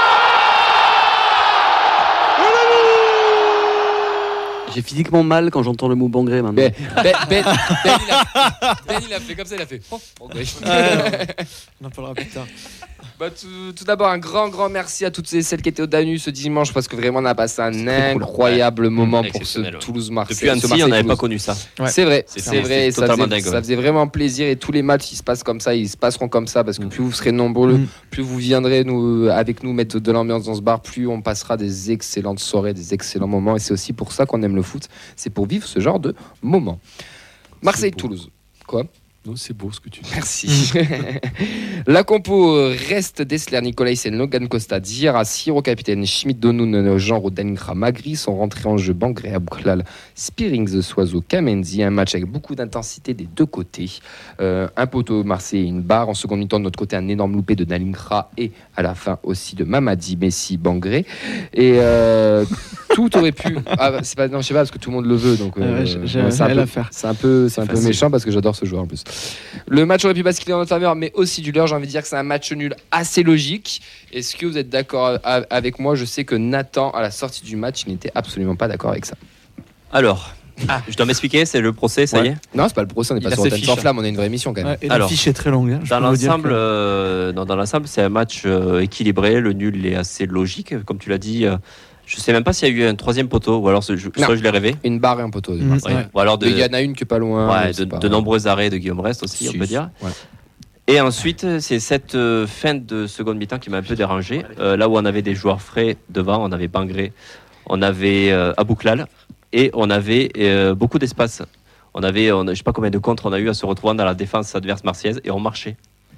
J'ai physiquement mal quand j'entends le mot Bangré maintenant. Ben il a fait comme ça, il a fait. On en parlera plus tard. Tout d'abord, un grand merci à toutes celles qui étaient au Danus ce dimanche parce que vraiment on a passé un incroyable moment pour ce Toulouse-Marseille. Depuis Annecy, on n'avait pas connu ça. C'est vrai, ça dingue, faisait vraiment plaisir et tous les matchs ils se passent comme ça, ils se passeront comme ça parce que plus vous serez nombreux, plus vous viendrez avec nous mettre de l'ambiance dans ce bar, plus on passera des excellentes soirées, des excellents moments et c'est aussi pour ça qu'on aime le foot, c'est pour vivre ce genre de moments. Marseille-Toulouse. Quoi ? Non, c'est beau ce que tu dis. Merci. La compo reste Dessler, Nicolaisen, Logan Costa, Diarra, Siro, capitaine, Schmidt, Donoun, Jean, Rodankra, Magri sont rentrés en jeu Bangré, Abouklal, Spearings, Soiseau, Kamenzi. Un match avec beaucoup d'intensité des deux côtés. Un poteau Marseille et une barre. En seconde mi-temps, de notre côté, un énorme loupé de Nalinkra et à la fin aussi de Mamadi, Messi, Bangré. Et tout aurait pu. C'est pas, non, je sais pas parce que tout le monde le veut. Donc, c'est un peu méchant parce que j'adore ce joueur en plus. Le match aurait pu basculer en notre faveur, mais aussi du leur. J'ai envie de dire que c'est un match nul assez logique. Est-ce que vous êtes d'accord avec moi ? Je sais que Nathan, à la sortie du match, il n'était absolument pas d'accord avec ça. Alors, je dois m'expliquer, c'est le procès, ça y est ? Non, c'est pas le procès, on n'est pas sur Antenne sans flamme, on a une vraie émission quand même. Et la fiche est très longue. Dans l'ensemble, c'est un match équilibré. Le nul est assez logique, comme tu l'as dit. Je sais même pas s'il y a eu un troisième poteau ou alors soit je l'ai rêvé. Une barre et un poteau. Ou alors il y en a une qui est pas loin. De nombreux arrêts de Guillaume Rest aussi, on peut dire. Ouais. Et ensuite, c'est cette fin de seconde mi-temps qui m'a un peu dérangé. Là où on avait des joueurs frais devant, on avait Bangré, on avait Abouklal et on avait beaucoup d'espace. Je ne sais pas combien de contres on a eu à se retrouver dans la défense adverse marseillaise et on marchait.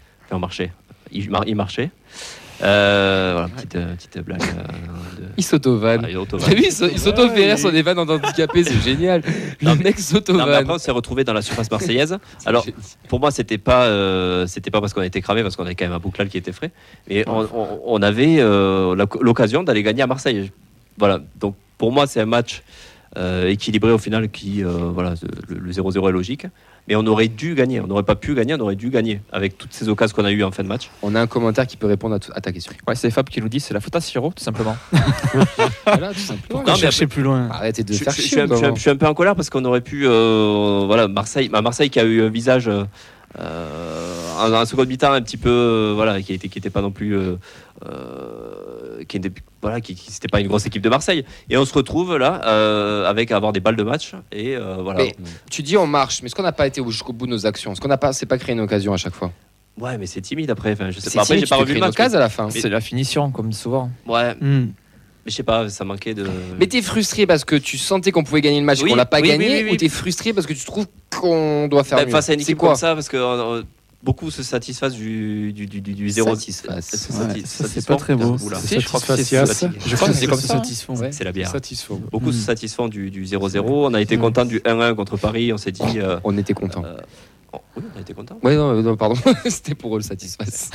Il marchait. Voilà, petite blague. Il s'auto-vanne. T'as vu, il s'auto-fait sur des vannes en handicapé, c'est génial. Le mec s'auto-vanne. Après, on s'est retrouvé dans la surface marseillaise. Alors, pour moi, c'était pas parce qu'on était cramé, parce qu'on avait quand même un Bouclal qui était frais. Mais on avait l'occasion d'aller gagner à Marseille. Voilà. Donc, pour moi, c'est un match équilibré au final qui, le 0-0 est logique. Mais on aurait dû gagner, on n'aurait pas pu gagner, on aurait dû gagner avec toutes ces occasions qu'on a eues en fin de match. On a un commentaire qui peut répondre à ta question. Ouais, c'est Fab qui nous dit c'est la faute à Siro, tout simplement. Voilà, tout simplement. Non, cherchez plus loin. Arrêtez de faire chier. Je suis un peu en colère parce qu'on aurait pu, Marseille qui a eu un visage en seconde mi-temps un petit peu, qui était pas non plus. C'était pas une grosse équipe de Marseille et on se retrouve là avec à avoir des balles de match et voilà. Mais tu dis on marche, mais est-ce qu'on n'a pas été jusqu'au bout de nos actions ? Est-ce qu'on n'a pas créé une occasion à chaque fois ? Ouais, mais c'est timide après. Enfin, je sais c'est pas. Après, j'ai pas revu le match à la fin. C'est la finition comme souvent. Ouais. Mais je sais pas, ça manquait de. Mais t'es frustré parce que tu sentais qu'on pouvait gagner le match et qu'on l'a pas gagné, ou t'es frustré parce que tu trouves qu'on doit faire mieux ? Face à une équipe comme ça, parce que beaucoup se satisfassent du 0. C'est pas très beau. Je crois que c'est comme ça. C'est la bière. Beaucoup se satisfont du 0-0. On a été content du 1-1 contre Paris. On s'est dit. On était content. Oui, on a été content. Ouais, non, pardon. C'était pour eux le satisfasse.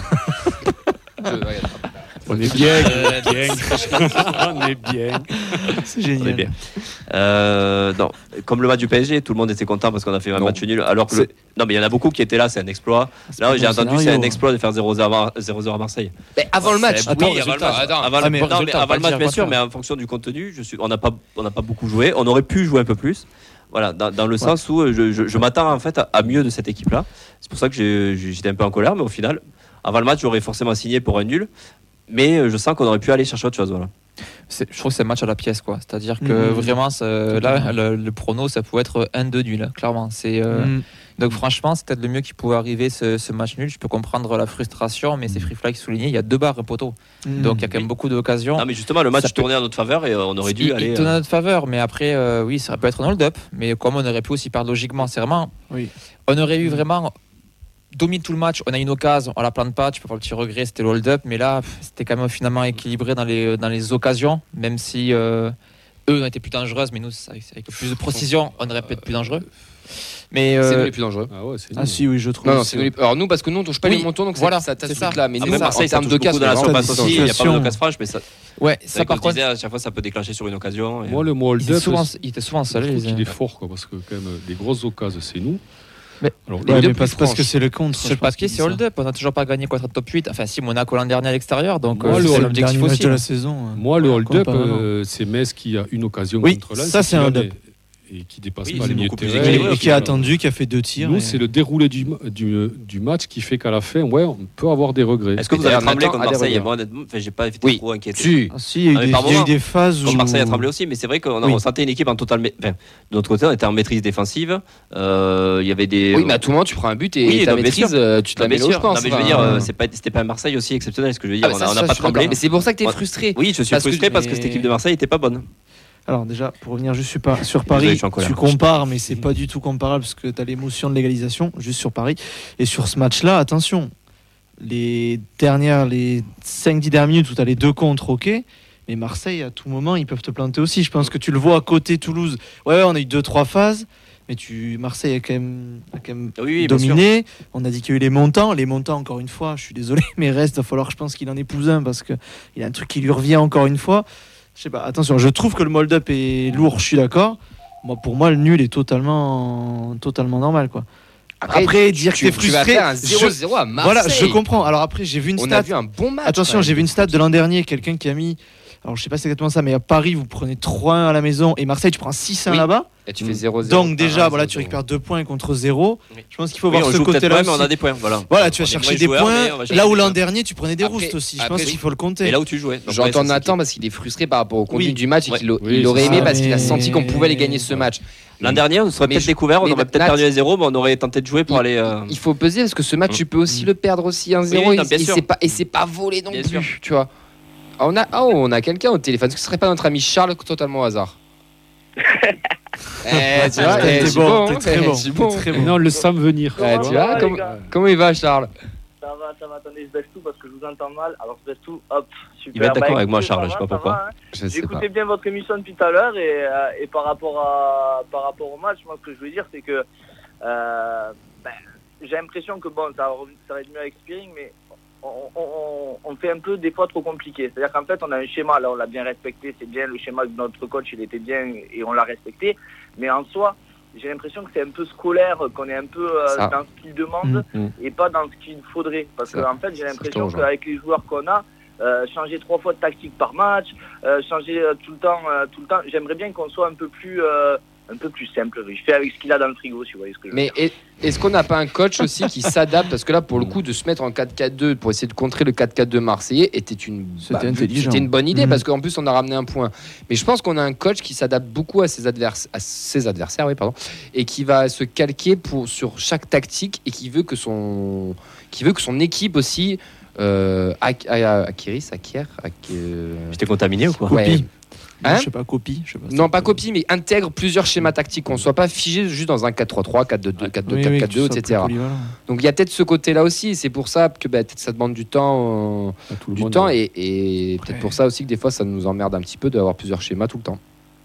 On est bien. On est bien. C'est génial. Non, comme le match du PSG, tout le monde était content parce qu'on a fait un match nul. Alors que non, mais il y en a beaucoup qui étaient là, c'est un exploit. Là, j'ai entendu c'est un exploit de faire 0-0 à Marseille. Mais avant le match. Avant le match, bien sûr, mais en fonction du contenu, on n'a pas beaucoup joué. On aurait pu jouer un peu plus. Voilà, dans le sens où je m'attends en fait à mieux de cette équipe-là. C'est pour ça que j'étais un peu en colère, mais au final, avant le match, j'aurais forcément signé pour un nul. Mais je sens qu'on aurait pu aller chercher autre chose. Voilà. Je trouve que c'est un match à la pièce, quoi. C'est-à-dire que vraiment, là, le prono, ça pouvait être 1-2 nul, clairement. Donc franchement, c'est peut-être le mieux qui pouvait arriver ce match nul. Je peux comprendre la frustration, mais c'est Free-Fly qui soulignait, il y a 2 barres, un poteau. Donc il y a quand même beaucoup d'occasions. Non, mais justement, le match tournait à notre faveur et on aurait dû aller. Il tournait à notre faveur, mais après, oui, ça peut être un hold-up. Mais comme on aurait pu aussi perdre logiquement, c'est vraiment. Oui. On aurait eu vraiment. Domine tout le match, on a une occasion, on la plante pas, tu peux avoir le petit regret, c'était le hold-up, mais là c'était quand même finalement équilibré dans les occasions, même si eux ont été plus dangereuses, mais nous avec plus de précision on aurait pu être plus dangereux. Mais c'est nous les plus dangereux. Ah ouais, si oui je trouve. Non, c'est nous alors nous parce que nous on touche pas les montants donc voilà, ça c'est ça. Là, mais nous Marseille en termes de casse dans la surface aussi, il y a pas de casse franche, mais ça. Ouais, ça par contre à chaque fois ça peut déclencher sur une occasion. Moi le mot hold-up, il était souvent seul. Il est fort quoi, parce que quand même des grosses occasions c'est nous. Mais, parce que c'est le contre. Sur le papier, c'est hold-up. On n'a toujours pas gagné contre top 8. Enfin, si Monaco l'an dernier à l'extérieur. Donc, c'est l'objectif aussi. De la saison. Moi, le hold-up, c'est Metz qui a une occasion contre Lens. Ça, c'est un hold-up. et qui dépasse Oui, pas c'est les milieux de beaucoup plus terrain. équilibré, Et qui a attendu, qui a fait 2 tirs. Nous, c'est le déroulé du match qui fait qu'à la fin, on peut avoir des regrets. Est-ce que vous avez tremblé contre Marseille? Moi, honnêtement, j'ai pas été trop inquiété. Si, il y a eu des phases où Marseille a tremblé aussi, mais c'est vrai qu'on sentait une équipe en totale. De notre côté, on était en maîtrise défensive. Il y avait des. Oui, mais à tout moment, tu prends un but et ta maîtrise, tu te la mets là, je pense. Non, mais je veux dire, c'était pas un Marseille aussi exceptionnel, ce que je veux dire. On n'a pas tremblé. Mais c'est pour ça que t'es frustré. Oui, je suis frustré parce que cette équipe de Marseille était pas bonne. Alors déjà, pour revenir juste sur Paris, tu compares, mais c'est pas du tout comparable parce que tu as l'émotion de l'égalisation, juste sur Paris. Et sur ce match-là, attention, les 5-10 dernières minutes où tu as les 2 contre, ok, mais Marseille, à tout moment, ils peuvent te planter aussi. Je pense que tu le vois à côté Toulouse. Ouais, on a eu 2-3 phases, mais Marseille a quand même dominé. On a dit qu'il y a eu les montants. Les montants, encore une fois, je suis désolé, mais reste, il va falloir, je pense, qu'il en épouse un parce qu'il y a un truc qui lui revient encore une fois. Je sais pas, attention, je trouve que le mold-up est lourd, je suis d'accord. Pour moi, le nul est totalement normal, quoi. Après dire que t'es frustré, tu vas faire un 0-0 à Marseille. Voilà, je comprends. Alors après, j'ai vu une stat. On a vu un bon match. Attention, j'ai vu une stat de l'an dernier, quelqu'un qui a mis. Alors je sais pas si c'est exactement ça, mais à Paris, vous prenez 3-1 à la maison et Marseille, tu prends 6-1 là-bas. Et tu fais 0-0. Donc déjà, voilà, tu récupères 2 points contre 0. Je pense qu'il faut voir ce côté-là. Mais on a des points, voilà, tu vas chercher des points. Là où l'an dernier, tu prenais des roustes aussi. Je pense qu'il faut le compter. Et là où tu jouais. J'entends Nathan parce qu'il est frustré par rapport au contenu du match et qu'il aurait aimé parce qu'il a senti qu'on pouvait les gagner ce match. L'an dernier, on serait peut-être découvert, on aurait peut-être perdu à 0, mais on aurait tenté de jouer pour aller. Il faut peser parce que ce match, tu peux aussi le perdre aussi 1-0 et c'est pas volé non plus, tu vois. On a quelqu'un au téléphone. Est-ce que ce serait pas notre ami Charles totalement au hasard? Tu vois, t'es bon. Non, on le sent venir. Tu vois, comment il va, Charles? Ça va, attendez, je baisse tout parce que je vous entends mal. Alors, je baisse tout, hop, super. Il va être d'accord avec moi, Charles, je sais pas pourquoi. J'ai écouté bien votre émission depuis tout à l'heure et par rapport au match, moi, ce que je veux dire, c'est que j'ai l'impression que, ça va être mieux avec Spearing, mais on fait un peu des fois trop compliqué. C'est-à-dire qu'en fait, on a un schéma, là, on l'a bien respecté, c'est bien, le schéma de notre coach, il était bien et on l'a respecté. Mais en soi, j'ai l'impression que c'est un peu scolaire, qu'on est un peu dans ce qu'il demande et pas dans ce qu'il faudrait. Parce qu'en fait, j'ai l'impression qu'avec les joueurs qu'on a, changer 3 fois de tactique par match, changer tout le temps, j'aimerais bien qu'on soit un peu plus simple. Je fais avec ce qu'il a dans le frigo, si vous voyez ce que je veux dire. Mais est-ce qu'on n'a pas un coach aussi qui s'adapte? Parce que là, pour le coup, de se mettre en 4-4-2 pour essayer de contrer le 4-4-2 marseillais était une bonne idée parce qu'en plus, on a ramené un point. Mais je pense qu'on a un coach qui s'adapte beaucoup à ses adversaires, et qui va se calquer sur chaque tactique et qui veut que son équipe aussi J'étais contaminé ou quoi? Je sais pas, copie. Non, pas copie, mais intègre plusieurs schémas tactiques, qu'on ne soit pas figé juste dans un 4-3-3, 4-2-2, 4-2-4, 4-2, etc. Donc il y a peut-être ce côté-là aussi, et c'est pour ça que peut-être ça demande du temps, et peut-être pour ça aussi que des fois ça nous emmerde un petit peu d'avoir plusieurs schémas tout le temps.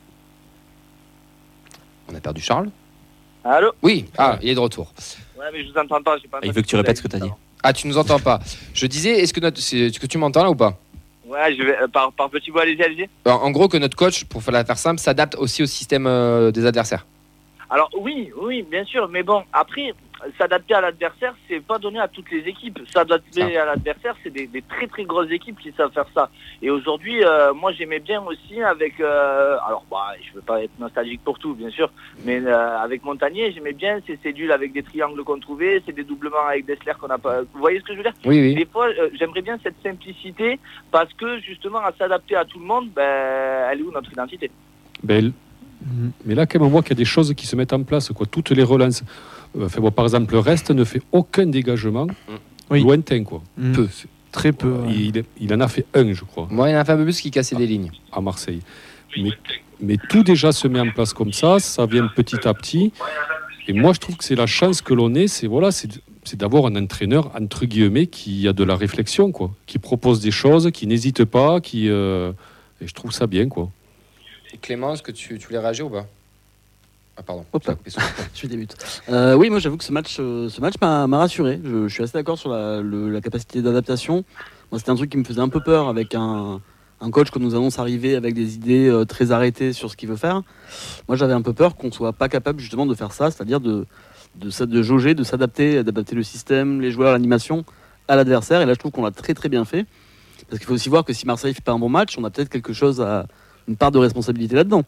On a perdu Charles? Allô? Oui, il est de retour. Ouais, mais je vous entends pas. Il veut que tu répètes ce que tu as dit. Ah, tu nous entends pas. Je disais, est-ce que tu m'entends là ou pas? Ouais, je vais par petit bout, allez-y. En gros, que notre coach, pour la faire simple, s'adapte aussi au système des adversaires. Alors oui, bien sûr, mais bon, après, s'adapter à l'adversaire, c'est pas donné à toutes les équipes. S'adapter à l'adversaire, c'est des très très grosses équipes qui savent faire ça. Et aujourd'hui, moi j'aimais bien aussi avec, je veux pas être nostalgique pour tout, bien sûr, mais avec Montagnier, j'aimais bien ces cédules avec des triangles qu'on trouvait, c'est des doublements avec Dessler qu'on n'a pas. Vous voyez ce que je veux dire? Oui. Des fois, j'aimerais bien cette simplicité parce que justement, à s'adapter à tout le monde, elle est où notre identité? Mais là, quand même, on voit qu'il y a des choses qui se mettent en place, quoi. Toutes les relances. Par exemple, le reste ne fait aucun dégagement lointain, quoi. Peu. Très peu. Il en a fait un, je crois. Moi, il en a fait un peu plus qui cassait des lignes. À Marseille. Mais tout déjà se met en place comme ça vient petit à petit. Et moi, je trouve que c'est la chance que l'on ait, c'est d'avoir un entraîneur, entre guillemets, qui a de la réflexion, quoi. Qui propose des choses, qui n'hésite pas, et je trouve ça bien, quoi. Clément, est-ce que tu voulais réagir ou pas? Ah pardon. Je débute. Oui, moi j'avoue que ce match m'a rassuré. Je suis assez d'accord sur la capacité d'adaptation. Moi, c'était un truc qui me faisait un peu peur avec un coach qu'on nous annonce arriver avec des idées très arrêtées sur ce qu'il veut faire. Moi, j'avais un peu peur qu'on soit pas capable justement de faire ça, c'est-à-dire de jauger, de s'adapter, d'adapter le système, les joueurs, l'animation à l'adversaire. Et là, je trouve qu'on l'a très très bien fait. Parce qu'il faut aussi voir que si Marseille fait pas un bon match, on a peut-être une part de responsabilité là-dedans.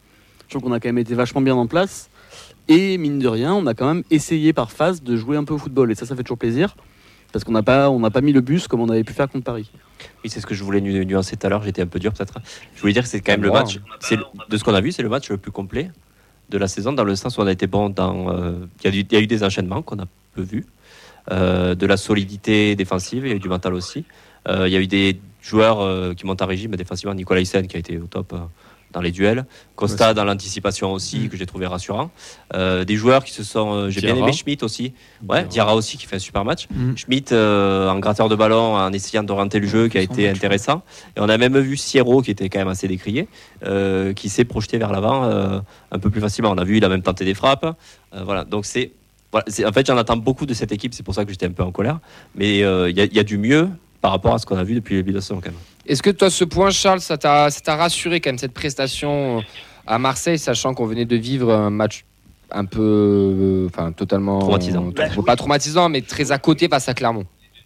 Je trouve qu'on a quand même été vachement bien en place. Et mine de rien, on a quand même essayé par phase de jouer un peu au football. Et ça fait toujours plaisir. Parce qu'on n'a pas mis le bus comme on avait pu faire contre Paris. Oui, c'est ce que je voulais nuancer tout à l'heure. J'étais un peu dur peut-être. Je voulais dire que c'est quand même le match. De ce qu'on a vu, c'est le match le plus complet de la saison, dans le sens où on a été bon il y a eu des enchaînements qu'on a peu vus, de la solidité défensive, il y a eu du mental aussi. Il y a eu des joueurs qui montent à régime défensivement. Nicolas Hyssen qui a été au top dans les duels, Costa dans l'anticipation aussi, que j'ai trouvé rassurant. Des joueurs qui se sont... j'ai bien aimé Schmitt aussi. Ouais, Diarra aussi qui fait un super match. Schmitt en gratteur de ballon, en essayant d'orienter le jeu, qui a été intéressant. Et on a même vu Sierro, qui était quand même assez décrié, qui s'est projeté vers l'avant un peu plus facilement. On a vu, il a même tenté des frappes. Voilà, donc en fait, j'en attends beaucoup de cette équipe, c'est pour ça que j'étais un peu en colère. Mais il y a du mieux par rapport à ce qu'on a vu depuis le début de la saison quand même. Est-ce que toi, ce point, Charles, ça t'a rassuré quand même, cette prestation à Marseille, sachant qu'on venait de vivre un match un peu, totalement traumatisant. Pas traumatisant, mais très à côté face à Clermont.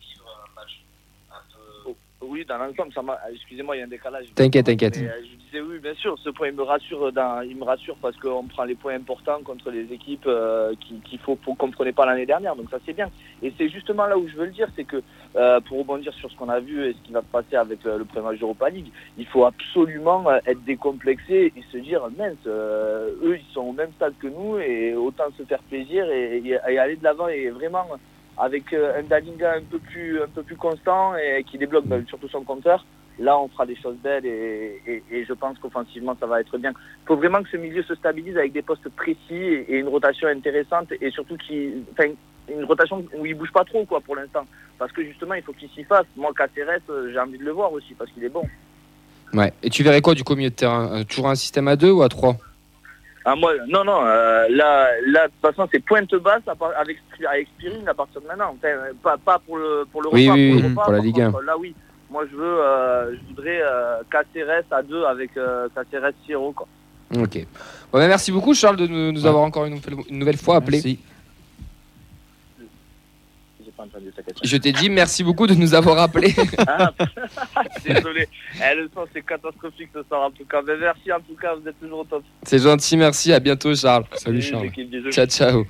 Oui, dans l'ensemble, excusez-moi, il y a un décalage. T'inquiète. Je disais oui, bien sûr, ce point il me rassure parce qu'on prend les points importants contre les équipes qu'on ne prenait pas l'année dernière, donc ça c'est bien. Et c'est justement là où je veux le dire, c'est que pour rebondir sur ce qu'on a vu et ce qui va se passer avec le pré-match d'Europa League, il faut absolument être décomplexé et se dire mince, eux ils sont au même stade que nous et autant se faire plaisir et aller de l'avant et vraiment avec un Dalinga un peu plus constant et qui débloque surtout son compteur. Là, on fera des choses belles et je pense qu'offensivement, ça va être bien. Il faut vraiment que ce milieu se stabilise avec des postes précis et une rotation intéressante et surtout une rotation où il bouge pas trop pour l'instant. Parce que justement, il faut qu'il s'y fasse. Moi, Caceres, j'ai envie de le voir aussi parce qu'il est bon. Ouais. Et tu verrais quoi du coup au milieu de terrain ? Toujours un système à 2 ou à 3 ? Moi, non. Là, de toute façon, c'est pointe basse avec Spiring à partir de maintenant. Pas pour le repas. Oui, pour la Ligue 1. Là, oui. Moi, je voudrais Caceres à 2 avec Caceres Sierro. Ok. Bon, merci beaucoup, Charles, de nous avoir encore une nouvelle fois appelé. Merci. Je t'ai dit merci beaucoup de nous avoir appelé. Désolé. Le son, c'est catastrophique ce soir en tout cas. Mais merci en tout cas, vous êtes toujours au top. C'est gentil, merci. À bientôt, Charles. Salut, Charles. Ciao.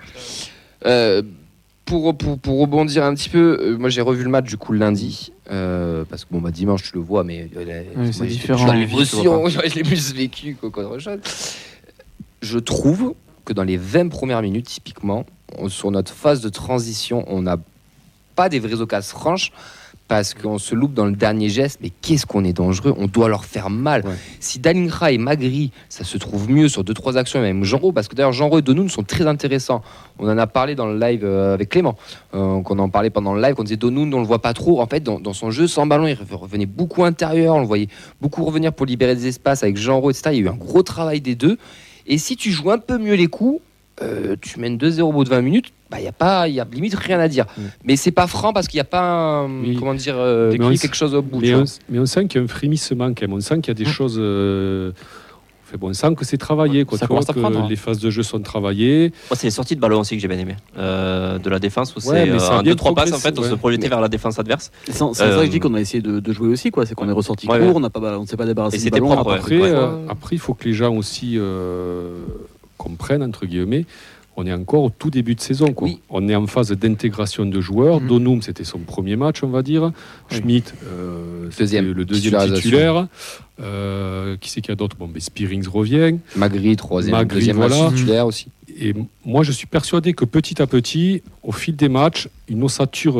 Pour rebondir un petit peu, moi j'ai revu le match du coup lundi, parce que dimanche tu le vois, mais c'est différent. Je l'ai plus vécu qu'autre chose. Je trouve que dans les 20 premières minutes, typiquement, sur notre phase de transition, on n'a pas des vraies occasions franches, parce qu'on se loupe dans le dernier geste, mais qu'est-ce qu'on est dangereux, on doit leur faire mal. Ouais. Si Dalingra et Magri, ça se trouve mieux sur 2-3 actions, et même Genreau, parce que d'ailleurs Genreau et Donoun sont très intéressants. On en a parlé dans le live avec Clément, qu'on en parlait pendant le live, qu'on disait Donoun, on le voit pas trop, en fait dans son jeu sans ballon, il revenait beaucoup intérieur, on le voyait beaucoup revenir pour libérer des espaces avec Genreau, etc. Il y a eu un gros travail des deux, et si tu joues un peu mieux les coups, tu mènes 2-0 au bout de 20 minutes, il y a limite rien à dire. Mais c'est pas franc parce qu'il n'y a pas quelque chose au bout. Mais on sent qu'il y a un frémissement quand même. On sent qu'il y a des choses. On sent que c'est travaillé. Tu vois que les phases de jeu sont travaillées. C'est les sorties de ballon aussi que j'ai bien aimé. De la défense, où c'est en 2-3 passes, en fait, on se projetait vers la défense adverse. C'est ça que je dis qu'on a essayé de jouer aussi. C'est qu'on est ressorti court, on ne s'est pas débarrassé du ballon. Après, il faut que les gens aussi comprennent, entre guillemets. On est encore au tout début de saison. Oui. On est en phase d'intégration de joueurs. Donoum, c'était son premier match, on va dire. Schmitt, c'était le deuxième titulaire. Qui c'est qu'il y a d'autres ? Spirings revient. Magri, deuxième match titulaire aussi. Et moi, je suis persuadé que petit à petit, au fil des matchs, une ossature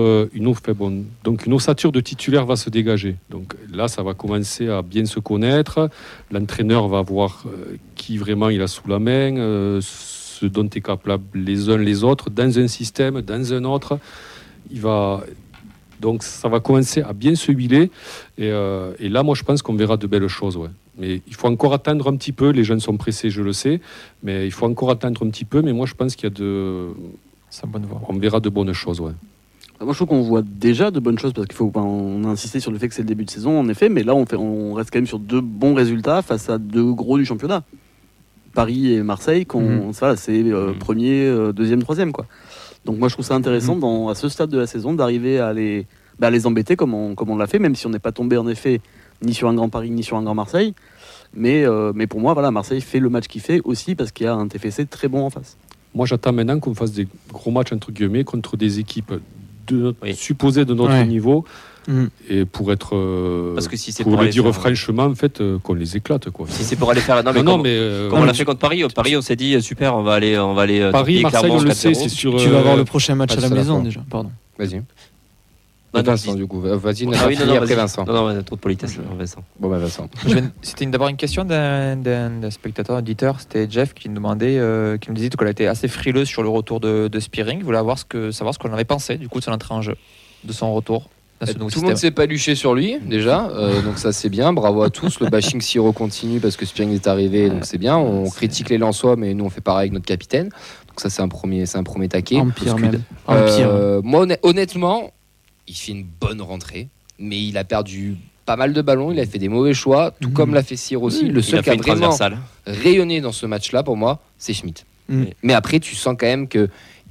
de titulaire va se dégager. Donc là, ça va commencer à bien se connaître. L'entraîneur va voir qui vraiment il a sous la main, ce dont est capable les uns les autres, dans un système, dans un autre. Donc ça va commencer à bien se huiler. Et là, moi, je pense qu'on verra de belles choses. Ouais. Mais il faut encore attendre un petit peu. Les jeunes sont pressés, je le sais. Mais il faut encore attendre un petit peu. Mais moi, je pense qu'il y a on verra de bonnes choses. Ouais. Moi, je trouve qu'on voit déjà de bonnes choses parce on a insisté sur le fait que c'est le début de saison, en effet. Mais là, on reste quand même sur 2 bons résultats face à 2 gros du championnat. Paris et Marseille, c'est premier, deuxième, troisième. Donc moi, je trouve ça intéressant à ce stade de la saison d'arriver à les embêter comme on l'a fait, même si on n'est pas tombé en effet ni sur un grand Paris, ni sur un grand Marseille. Mais pour moi, voilà, Marseille fait le match qu'il fait aussi parce qu'il y a un TFC très bon en face. Moi, j'attends maintenant qu'on fasse des gros matchs entre guillemets contre des équipes supposées de notre niveau. Et pour être, parce que si c'est pour le dire franchement, en fait, qu'on les éclate, quoi. Si c'est pour aller faire, comme on l'a fait contre Paris. Paris, on s'est dit super, on va aller. Paris, Marseille, on le sait, c'est sûr. Tu vas avoir le prochain match à la maison déjà. Pardon. Vas-y. Vincent, du coup. Vas-y, après Vincent. Non, trop de politesse, Vincent. Bon, Vincent. C'était d'abord une question d'un spectateur, auditeur. C'était Jeff qui nous demandait, qui nous disait qu'elle était assez frileuse sur le retour de Spearing. Il voulait savoir ce qu'on avait pensé du coup de son entrée en jeu, de son retour. Tout le monde s'est paluché sur lui déjà, donc ça c'est bien, bravo à tous. Le bashing Siro continue parce que Spearing est arrivé, donc c'est bien. On critique les Lensois, mais nous on fait pareil avec notre capitaine. Donc ça c'est un premier taquet. Empire même. Moi honnêtement, il fait une bonne rentrée, mais il a perdu pas mal de ballons, il a fait des mauvais choix, tout comme l'a fait Siro aussi. Le seul qui a vraiment rayonné dans ce match-là pour moi, c'est Schmitt. Mais après tu sens quand même que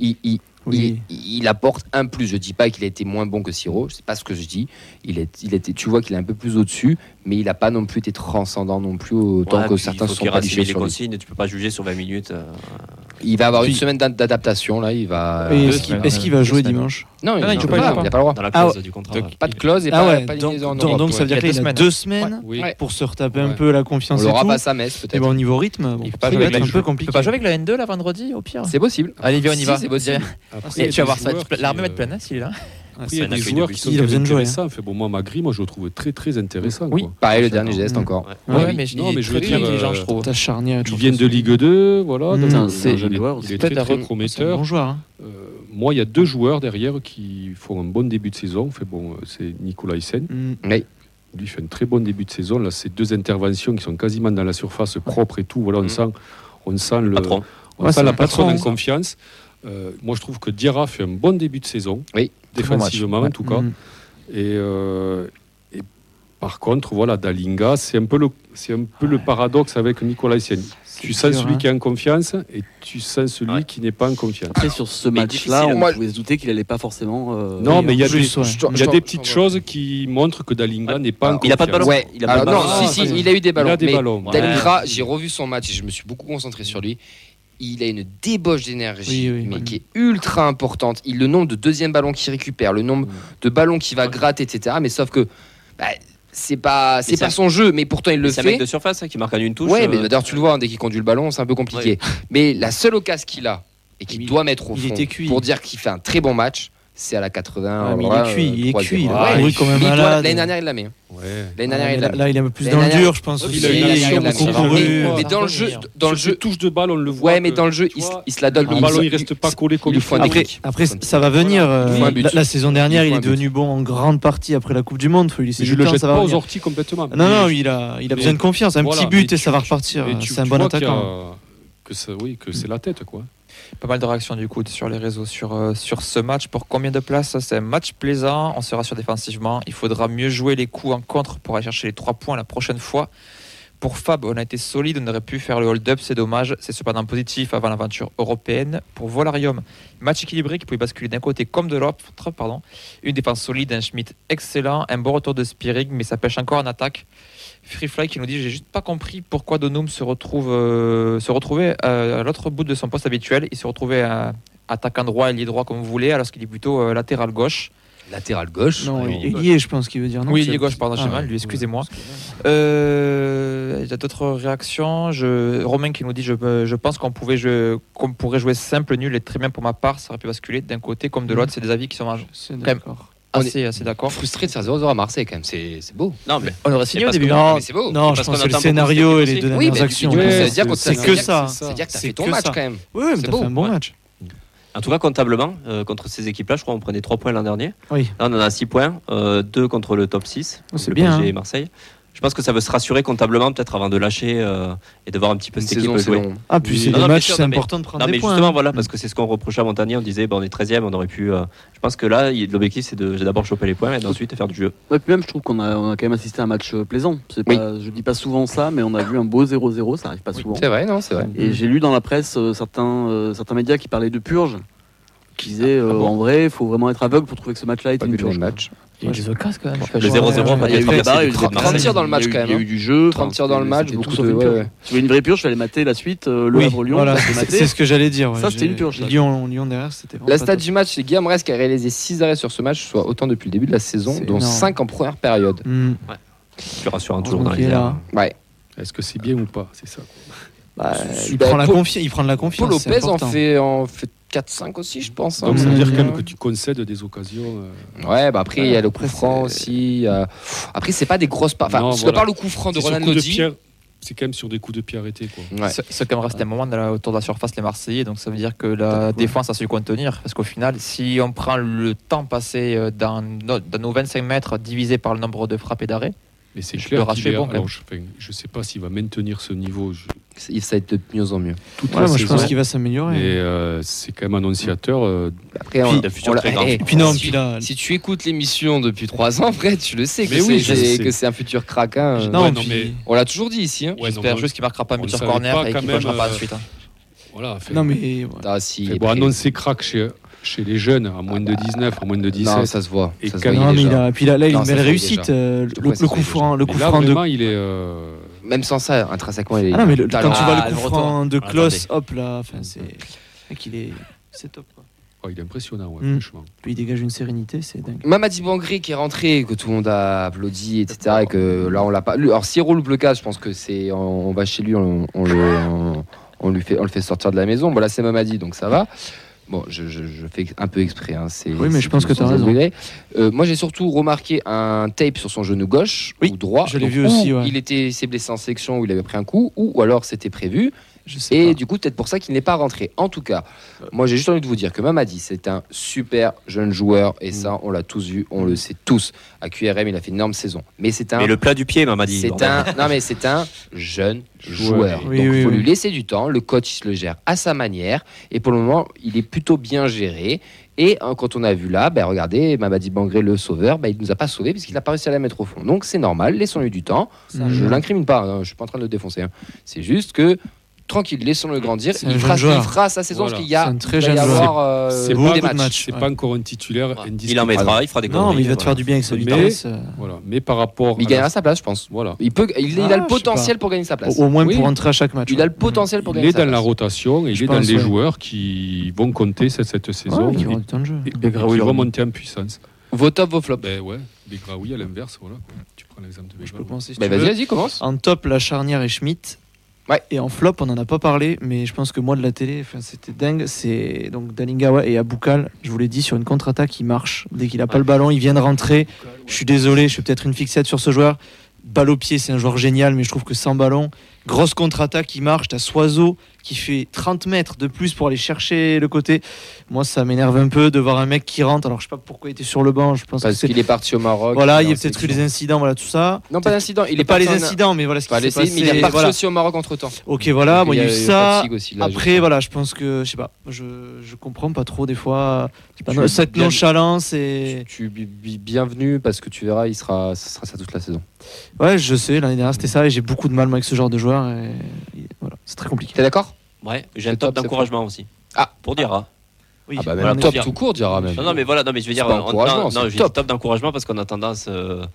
il apporte un plus. Je dis pas qu'il a été moins bon que Siro, c'est pas ce que je dis. Tu vois qu'il est un peu plus au-dessus, mais il a pas non plus été transcendant non plus autant que certains se sont paluchés sur lui. Tu peux pas juger sur 20 minutes. Il va avoir une semaine d'adaptation là. Est-ce qu'il va jouer dimanche? Non, il n'a pas le droit. Dans la clause du contrat. Pas de clause et pas de liaison en Europe. Donc ça veut dire qu'il a 2 semaines pour se retaper un peu la confiance. On l'aura pas sa messe peut-être. Et bon, au niveau rythme, il va être un peu compliqué. Tu peux pas jouer avec la N2 là vendredi au pire. C'est possible. Allez, viens, on y va. C'est possible. Et tu vas voir ça. L'armée va être pleine s'il est là. Il y a des joueurs qui sont intéressants. Bon, moi, Magri, je le trouve très très intéressant. Oui, pareil, le dernier geste encore. Mais je veux dire, je trouve. Ta charnière. Ils viennent de Ligue 2, voilà. Il est très très prometteur. Bon joueur. Moi, il y a 2 joueurs derrière qui font un bon début de saison. C'est Nicolas Hyssen. Lui, il fait un très bon début de saison. Là, ces 2 interventions qui sont quasiment dans la surface propre et tout. Voilà, on sent la patronne en confiance. Moi, je trouve que Diarra fait un bon début de saison, défensivement en tout cas. Et par contre, voilà, Dalinga, c'est un peu le paradoxe avec Nicolas Hyssen. Tu sens celui qui est en confiance et tu sens celui qui n'est pas en confiance. Après, sur ce match-là, on pouvait se douter qu'il n'allait pas forcément. Non, mais il y a des petites choses qui montrent que Dalinga n'est pas en confiance. Il n'a pas de ballon. Il a eu des ballons. Dalinga, j'ai revu son match et je me suis beaucoup concentré sur lui. Il a une débauche d'énergie, mais qui est ultra importante. Le nombre de deuxième ballons qu'il récupère, le nombre de ballons qu'il va gratter, etc. Mais sauf que c'est pas son jeu, mais pourtant il le fait. C'est un mec de surface qui marque en une touche. Ouais, mais d'ailleurs tu le vois, dès qu'il conduit le ballon, c'est un peu compliqué. Mais la seule occasion qu'il a et qu'il doit mettre au fond pour dire qu'il fait un très bon match, c'est à la 80. Il est cuit. L'année dernière, il l'a mis. Là, il est un peu plus dans le dur, je pense. Mais dans le jeu, touche de balle, on le voit. Ouais, mais dans le jeu, il se la donne. Le ballon, il reste pas collé comme il faut. Après, ça va venir. La saison dernière, il est devenu bon en grande partie après la Coupe du Monde. Je le jette pas aux orties complètement. Non, il a besoin de confiance. Un petit but et ça va repartir. C'est un bon attaquant. Que c'est la tête, quoi. Pas mal de réactions du coup sur les réseaux sur ce match. Pour combien de places? C'est un match plaisant, on se rassure défensivement. Il faudra mieux jouer les coups en contre pour aller chercher les 3 points la prochaine fois. Pour Fab, on a été solide, on aurait pu faire le hold-up, c'est dommage. C'est cependant positif avant l'aventure européenne. Pour Volarium, match équilibré qui pouvait basculer d'un côté comme de l'autre. Une défense solide, un Schmitt excellent, un bon retour de Spearing, mais ça pêche encore en attaque. Freefly qui nous dit: j'ai juste pas compris pourquoi Donum se retrouvait à l'autre bout de son poste habituel. Il se retrouvait attaquant droit, ailier droit comme vous voulez, alors qu'il est plutôt latéral gauche. Latéral gauche. Non, ailier, je pense qu'il veut dire. Non, oui, ailier gauche, pardon, j'ai mal, lui, excusez-moi. Il y a d'autres réactions. Romain qui nous dit: je pense qu'on pourrait jouer simple, nul et très bien pour ma part. Ça aurait pu basculer d'un côté comme de l'autre. C'est des avis qui sont quand même assez d'accord. Frustré de faire 0-0 à Marseille quand même, c'est beau. Non, mais on aurait signé au début. Non, c'est beau. Non, je pense que le scénario et les 2 dernières actions. C'est que ça. C'est-à-dire que t'as fait ton match quand même. Oui, mais t'as fait un bon match. En tout cas, comptablement, contre ces équipes-là, je crois qu'on prenait 3 points l'an dernier. Oui. Là, on en a 6 points, 2 contre le top 6, c'est le bien, PSG et Marseille. Je pense que ça veut se rassurer comptablement, peut-être avant de lâcher et de voir un petit peu cette équipe jouer. Ah, puis c'est des matchs, c'est important de prendre des points. Justement, voilà, parce que c'est ce qu'on reprochait à Montagnier. On disait, on est 13e, on aurait pu. Je pense que là, l'objectif, c'est d'abord choper les points et ensuite faire du jeu. Ouais, puis même, je trouve qu'on a quand même assisté à un match plaisant. Je dis pas souvent ça, mais on a vu un beau 0-0, ça arrive pas souvent. C'est vrai, non, c'est vrai. Et j'ai lu dans la presse certains médias qui parlaient de purge, qui disaient en vrai, il faut vraiment être aveugle pour trouver que ce match-là était une purge. Il y a des occasions quand même. Le 0-0, on va Il y a eu dire des barres, il y a eu 30 tirs dans le match, quand même. Il y a eu du jeu. 30 tirs dans le match, c'était beaucoup tout sauf de. une ouais, purge. ouais. Si vous voulez une vraie purge, il fallait mater la suite. Le Havre-Lyon, voilà, ça s'est maté. c'est ce que j'allais dire. Ça, c'était une purge, ça. Lyon derrière, c'était vraiment La pas stat top. du match, c'est Guillaume Rest qui a réalisé 6 arrêts sur ce match, soit autant depuis le début de la saison, C'est dont énorme. 5 en première période. Plus rassurant toujours dans Heureusement les qu'il est airs. là. Ouais. Est-ce que c'est bien ou pas? C'est ça. Bah, il Bah, prend la Paul- confiance. Il prend de la confiance. Paul c'est Lopez en important. fait 4-5 aussi, je pense. Donc hein. ça veut dire Mmh. quand même que tu concèdes des occasions. Ouais, bah après, il y a le coup Après, franc c'est- aussi. Après, c'est pas des grosses. Enfin, Non, si tu voilà. parles le coup franc de C'est sur Ronan coup de Lodi. pied, c'est quand même sur des coups de pied arrêtés, quoi. Ouais. C'est quand même resté un moment autour de la surface les Marseillais, donc ça veut dire que la défense a su contenir. Parce qu'au final, si on prend le temps passé dans nos 25 mètres divisé par le nombre de frappes et d'arrêts, Mais c'est Le clair ratio qu'il est est. bon, quand Alors, je sais pas s'il va maintenir ce niveau Ça va être de mieux en mieux. toute Ouais, la moi je saison. pense qu'il va s'améliorer. Mais c'est quand même annonciateur. Après, Puis, le futur très grand. Puis non, si, puis là. si tu écoutes l'émission depuis 3 ans, Fred, tu le sais que Mais oui, c'est- je c'est sais. que c'est un futur crack. Hein. Non, Ouais, puis- mais On l'a toujours dit ici. Hein. ouais, j'espère non, juste qu'il marquera pas un on but le sur savait corner pas et quand qu'il ne même, bougera pas ensuite. voilà. Fait, Non, mais. ouais. Ah, si, il est bon, prêt. annoncer crack chez les jeunes à moins de 19, à moins de 17. Non, ça se voit. Et Ça se quand voit, même- il est Non, mais déjà- puis là, il a Non, une ça belle se voit réussite. déjà. Le Je trouve que ça coup se franc, le Et coup là, franc de. vraiment, il est. Même sans ça, intrinsèquement, il est. Ah non, mais quand talent. tu vois le Ah, coup le franc de retour. Klos, hop là, enfin c'est. Mec, c'est top quoi. Oh, il est impressionnant, ouais, Mm. franchement. Puis il dégage une sérénité, c'est dingue. Mamadi Bangré qui est rentré, que tout le monde a applaudi, etc. Et que là, on l'a pas. Alors, s'il roule le cas, je pense que c'est. On va chez lui, on le fait sortir de la maison. Bon, là, c'est Mamadi, donc ça va. Bon, je fais un peu exprès. Hein, Oui, mais je pense que tu as raison. Moi, j'ai surtout remarqué un tape sur son genou gauche Oui, ou droit. je l'ai Donc, vu ou aussi, ouais. Il s'est blessé en sélection où il avait pris un coup, ou alors c'était prévu. Je sais Et pas. du coup, peut-être pour ça qu'il n'est pas rentré. En tout cas, moi, j'ai juste envie de vous dire que Mamadi, c'est un super jeune joueur. Et ça, on l'a tous vu, on le sait tous. À QRM, il a fait une énorme saison. Mais c'est un. Mais le plat du pied, Mamadi. C'est un, non mais c'est un jeune joueur. Oui, Donc il oui, faut oui. lui laisser du temps. Le coach il se le gère à sa manière et pour le moment il est plutôt bien géré. Et quand on a vu là, regardez, Mamadi Bangré le sauveur, il nous a pas sauvé puisqu'il n'a pas réussi à la mettre au fond. Donc c'est normal, laissons-lui du temps. Je l'incrimine pas, hein, je suis pas en train de le défoncer. Hein. C'est juste que tranquille, laissons-le grandir. C'est un Il jeune fera joueur. sa saison Voilà. parce qu'il y a C'est un très il va jeune y joueur. avoir C'est des pas beaucoup de matchs. matchs. C'est Ouais. pas encore un titulaire indiscutable. Il en mettra, il fera des Non, conneries, mais il va te voilà. faire du bien avec sa Mais- vitesse. Voilà. Mais par rapport. Il à gagnera sa place, je pense. Voilà. Il a Ah, le je sais potentiel pas. pour gagner sa place. Au moins Oui. pour rentrer à chaque match. Il a le potentiel pour Il gagner est sa dans place. la rotation et il Je est dans pense, les ouais. joueurs qui vont compter cette saison Ouais, qui et, aura du temps de jeu. et qui vont monter en puissance. Vos top, vos flops. Ben ouais, Begraoui à l'inverse, voilà. Tu prends l'exemple de Je peux Begraoui. commencer si Bah, tu veux. vas-y, commence. En top, la charnière et Schmitt. Ouais. Et en flop, on n'en a pas parlé, mais je pense que moi de la télé, c'était dingue. C'est donc Dalinga et Aboukal. Je vous l'ai dit, sur une contre-attaque, il marche. Dès qu'il n'a pas le ballon, il vient de rentrer. Je suis désolé, je suis peut-être une fixette sur ce joueur. Balle au pied, c'est un joueur génial, mais je trouve que sans ballon, grosse contre-attaque, il marche. T'as Soiseau qui fait 30 mètres de plus pour aller chercher le côté. Moi, ça m'énerve un peu de voir un mec qui rentre. Alors, je sais pas pourquoi il était sur le banc. Je pense Parce que c'est. qu'il est parti au Maroc. Voilà, il y a en peut-être eu sélection. des incidents, voilà tout ça. Non, pas d'incident. Il est pas les parti en- incidents, mais voilà ce qui Pas s'est laissé, passé. mais il est parti voilà. aussi au Maroc entre temps. Ok, voilà, bon, il y a eu ça. Aussi, là, Après, voilà, je pense que, je sais pas, je comprends pas trop des fois. Je sais pas, Tu es cette bien- nonchalance et. bienvenue parce que tu verras, ça sera ça toute la saison. Ouais, je sais, l'année dernière c'était ça et j'ai beaucoup de mal moi, avec ce genre de joueur. Et voilà, c'est très compliqué. T'es d'accord? Ouais, j'ai un C'est top top, d'encouragement aussi. Ah. Pour Diarra. Oui, Ah bah voilà, même on est top fiers. tout court, dira même. Non, mais voilà, non, mais je veux dire, C'est pas encouragement, non, c'est je dis top. top d'encouragement parce qu'on a tendance,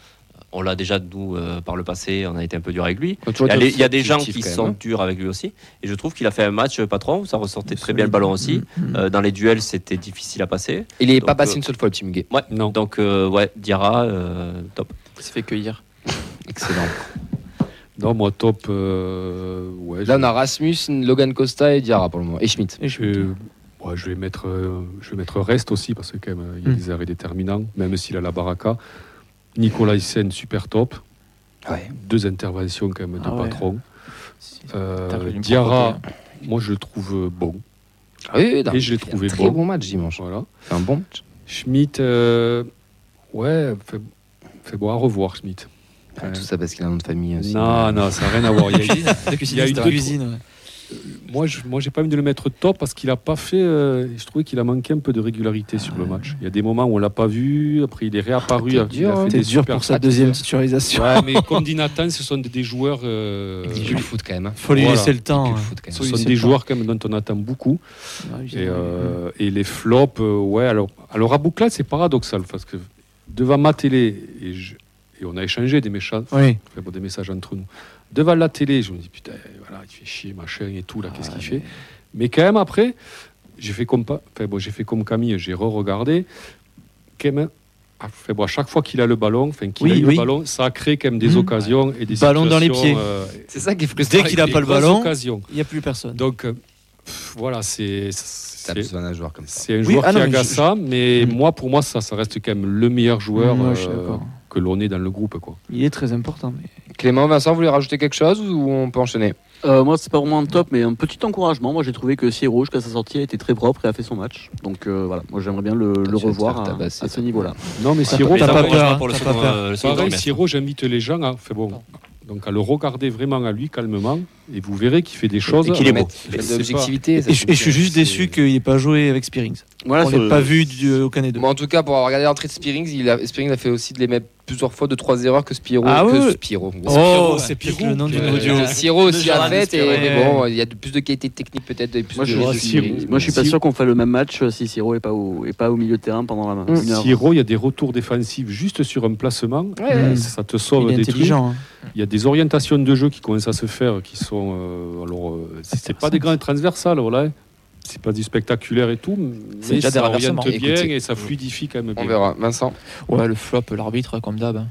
on l'a déjà nous par le passé, on a été un peu dur avec lui. Il y a des gens qui sont durs avec lui aussi, et je trouve qu'il a fait un match patron où ça ressortait très bien le ballon aussi. Dans les duels, c'était difficile à passer. Il est Donc, pas passé une seule fois le Team Gay. Ouais, Non. donc ouais, Diarra, top. Il s'est fait cueillir. Excellent. Non, moi, top. Ouais, Là, on a Rasmus, Logan Costa et Diarra pour le moment. Et Schmitt. Et je- ouais, je vais mettre Rest aussi parce que quand même, il y a des arrêts déterminants, même s'il a la baraka. Nicolas Hyssen, super top. Ouais. 2 interventions quand même de Ah ouais. patron. T'as fait une Diarra, propreté, moi je le trouve bon. Ah oui, non, Et je l'ai il fait trouvé un très bon. bon match dimanche. Voilà. C'est un bon match. Schmitt, ouais, fait bon à revoir Schmitt. Ah, tout ça parce qu'il a un nom de famille aussi. Non, non, ça n'a rien à voir. Il y a- Il y a une deux- cuisine. Ouais. Moi, j'ai pas envie de le mettre top parce qu'il a pas fait. Je trouvais qu'il a manqué un peu de régularité sur le match. Il y a des moments où on l'a pas vu. Après, il est réapparu. T'es il a dur, fait hein. des T'es dur super pour sa stats. deuxième titularisation. Ouais, mais comme dit Nathan, ce sont des joueurs. Il joue le foot quand même. Hein. Faut lui Voilà. laisser le temps. Il joue le ouais. foot quand même. Faut Ce lui sont laisser des le temps. joueurs quand même dont on attend beaucoup. Ouais, Et les flops, ouais. Alors à Bouclade, c'est paradoxal parce que devant ma télé, et on a échangé des messages, des messages entre nous. Devant la télé, je me dis, putain, voilà, il fait chier, machin et tout, là, qu'est-ce qu'il fait? Mais quand même, après, j'ai fait comme Camille, j'ai re-regardé. Quand même, à chaque fois qu'il a le ballon, le ballon, ça crée quand même des occasions et des ballon dans les pieds. C'est ça qui est frustrant. Dès qu'il n'a pas le ballon, il n'y a plus personne. Donc, voilà, T'as besoin d'un joueur comme ça. C'est un joueur qui agace ça, mais pour moi, ça reste quand même le meilleur joueur que l'on ait dans le groupe, quoi. Il est très important. Clément, Vincent, vous voulez rajouter quelque chose ou on peut enchaîner? Moi, c'est pas vraiment un top, mais un petit encouragement. Moi, j'ai trouvé que Siro, jusqu'à sa sortie, a été très propre et a fait son match. Donc voilà, moi, j'aimerais bien le revoir à ce niveau-là. Non, mais Siro, t'as pas peur pour le second. Pareil, Siro, j'invite les gens à le regarder vraiment à lui calmement, et vous verrez qu'il fait des choses. Et qu'il est beau. L'objectivité. Et je suis juste déçu qu'il n'ait pas joué avec Spearings. Voilà, on l'a pas vu aucun des deux. Bon, en tout cas, pour avoir regardé l'entrée de Spearings, Spearings a fait aussi de les mettre plusieurs fois de 3 erreurs que Spiro. Spiro. Oh, c'est pire que le nom du audio. Siro aussi a fait, mais bon, il y a plus de qualité technique peut-être. Moi, je suis pas sûr qu'on fait le même match si Siro est pas au milieu de terrain pendant la main. Siro, il y a des retours défensifs juste sur un placement. Ça te sauve des trucs. Il y a des orientations de jeu qui commencent à se faire, qui sont c'est pas des grands transversales, voilà. C'est pas du spectaculaire et tout, mais déjà ça oriente bien et ça fluidifie quand même bien. On verra. Vincent? Ouais, le flop, l'arbitre, comme d'hab.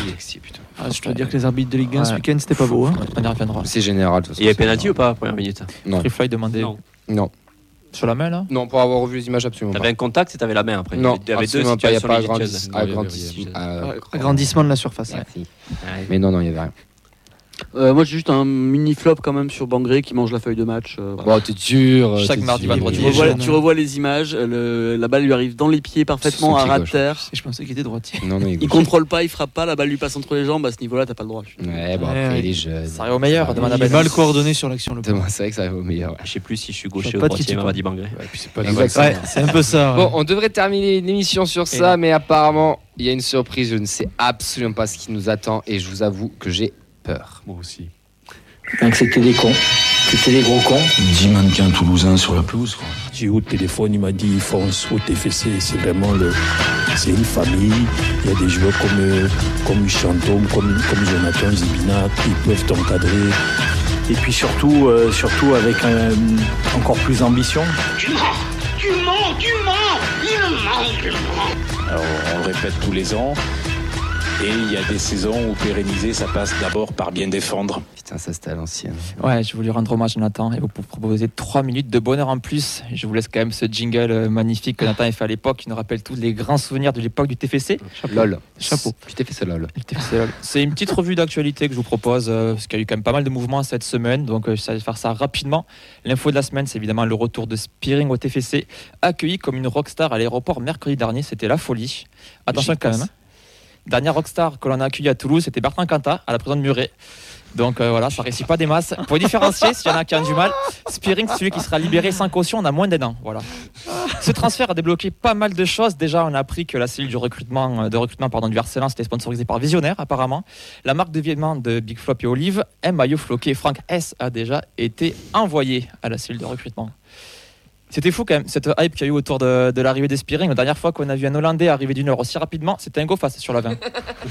Je dois dire que les arbitres de Ligue 1 ce week-end, c'était pas beau. On y reviendra. C'est général. Il y a penalty ou pas, première minute? Non. Freefly demandé. Non. Sur la main, là? Non, pour avoir revu les images, absolument pas. T'avais un contact et t'avais la main après? Non, il y avait deux absolument pas. Il n'y a pas agrandissement de la surface. Mais non, il n'y avait rien. Moi j'ai juste un mini flop quand même sur Bangré qui mange la feuille de match. Bon, t'es dur. Chaque mardi, vendredi. Tu revois les images, la balle lui arrive dans les pieds parfaitement à ras de terre. Je pensais qu'il était droitier. Non, il contrôle pas, il frappe pas, la balle lui passe entre les jambes. À ce niveau-là, t'as pas le droit. Ouais, bon, après il est jeune. Ça arrive au meilleur. Il est mal coordonné sur l'action. C'est vrai que ça arrive au meilleur. Je sais plus si je suis gaucher ou droitier, Mamadi Bangré. C'est un peu ça. Bon, on devrait terminer l'émission sur ça, mais apparemment, il y a une surprise. Je ne sais absolument pas ce qui nous attend et je vous avoue que j'ai peur. Moi aussi. Donc c'était des cons, c'était des gros cons. 10 mannequins toulousains sur la pelouse, quoi. J'ai eu au téléphone, il m'a dit fonce au TFC, c'est vraiment c'est une famille. Il y a des joueurs comme Chantôme, comme Jonathan Zibina, qui peuvent t'encadrer. Et puis surtout avec encore plus d'ambition. Tu mens, il ment. Alors on le répète tous les ans. Et il y a des saisons où pérenniser, ça passe d'abord par bien défendre. Putain, ça c'était à l'ancienne. Ouais, je voulais rendre hommage à Nathan et vous proposer 3 minutes de bonheur en plus. Je vous laisse quand même ce jingle magnifique que Nathan a fait à l'époque, qui nous rappelle tous les grands souvenirs de l'époque du TFC. LOL. Chapeau. Du TFC LOL. C'est une petite revue d'actualité que je vous propose, parce qu'il y a eu quand même pas mal de mouvements cette semaine, donc je vais faire ça rapidement. L'info de la semaine, c'est évidemment le retour de Spearing au TFC, accueilli comme une rockstar à l'aéroport mercredi dernier. C'était la folie. Attention quand même. Dernière rockstar que l'on a accueilli à Toulouse, c'était Bertrand Cantat à la prison de Muret. Donc voilà, ça réussit pas des masses. Pour différencier, s'il y en a qui ont du mal, Spearing, c'est celui qui sera libéré sans caution, on a moins d'un an. Voilà. Ce transfert a débloqué pas mal de choses. Déjà, on a appris que la cellule du recrutement du Vercelin, c'était sponsorisé par Visionnaire, apparemment. La marque de vêtements de Big Flop et Olive, un maillot floqué Franck S, a déjà été envoyé à la cellule de recrutement. C'était fou quand même, cette hype qu'il y a eu autour de l'arrivée des Spearing. La dernière fois qu'on a vu un Hollandais arriver d'une heure aussi rapidement, c'était un go face sur la 20.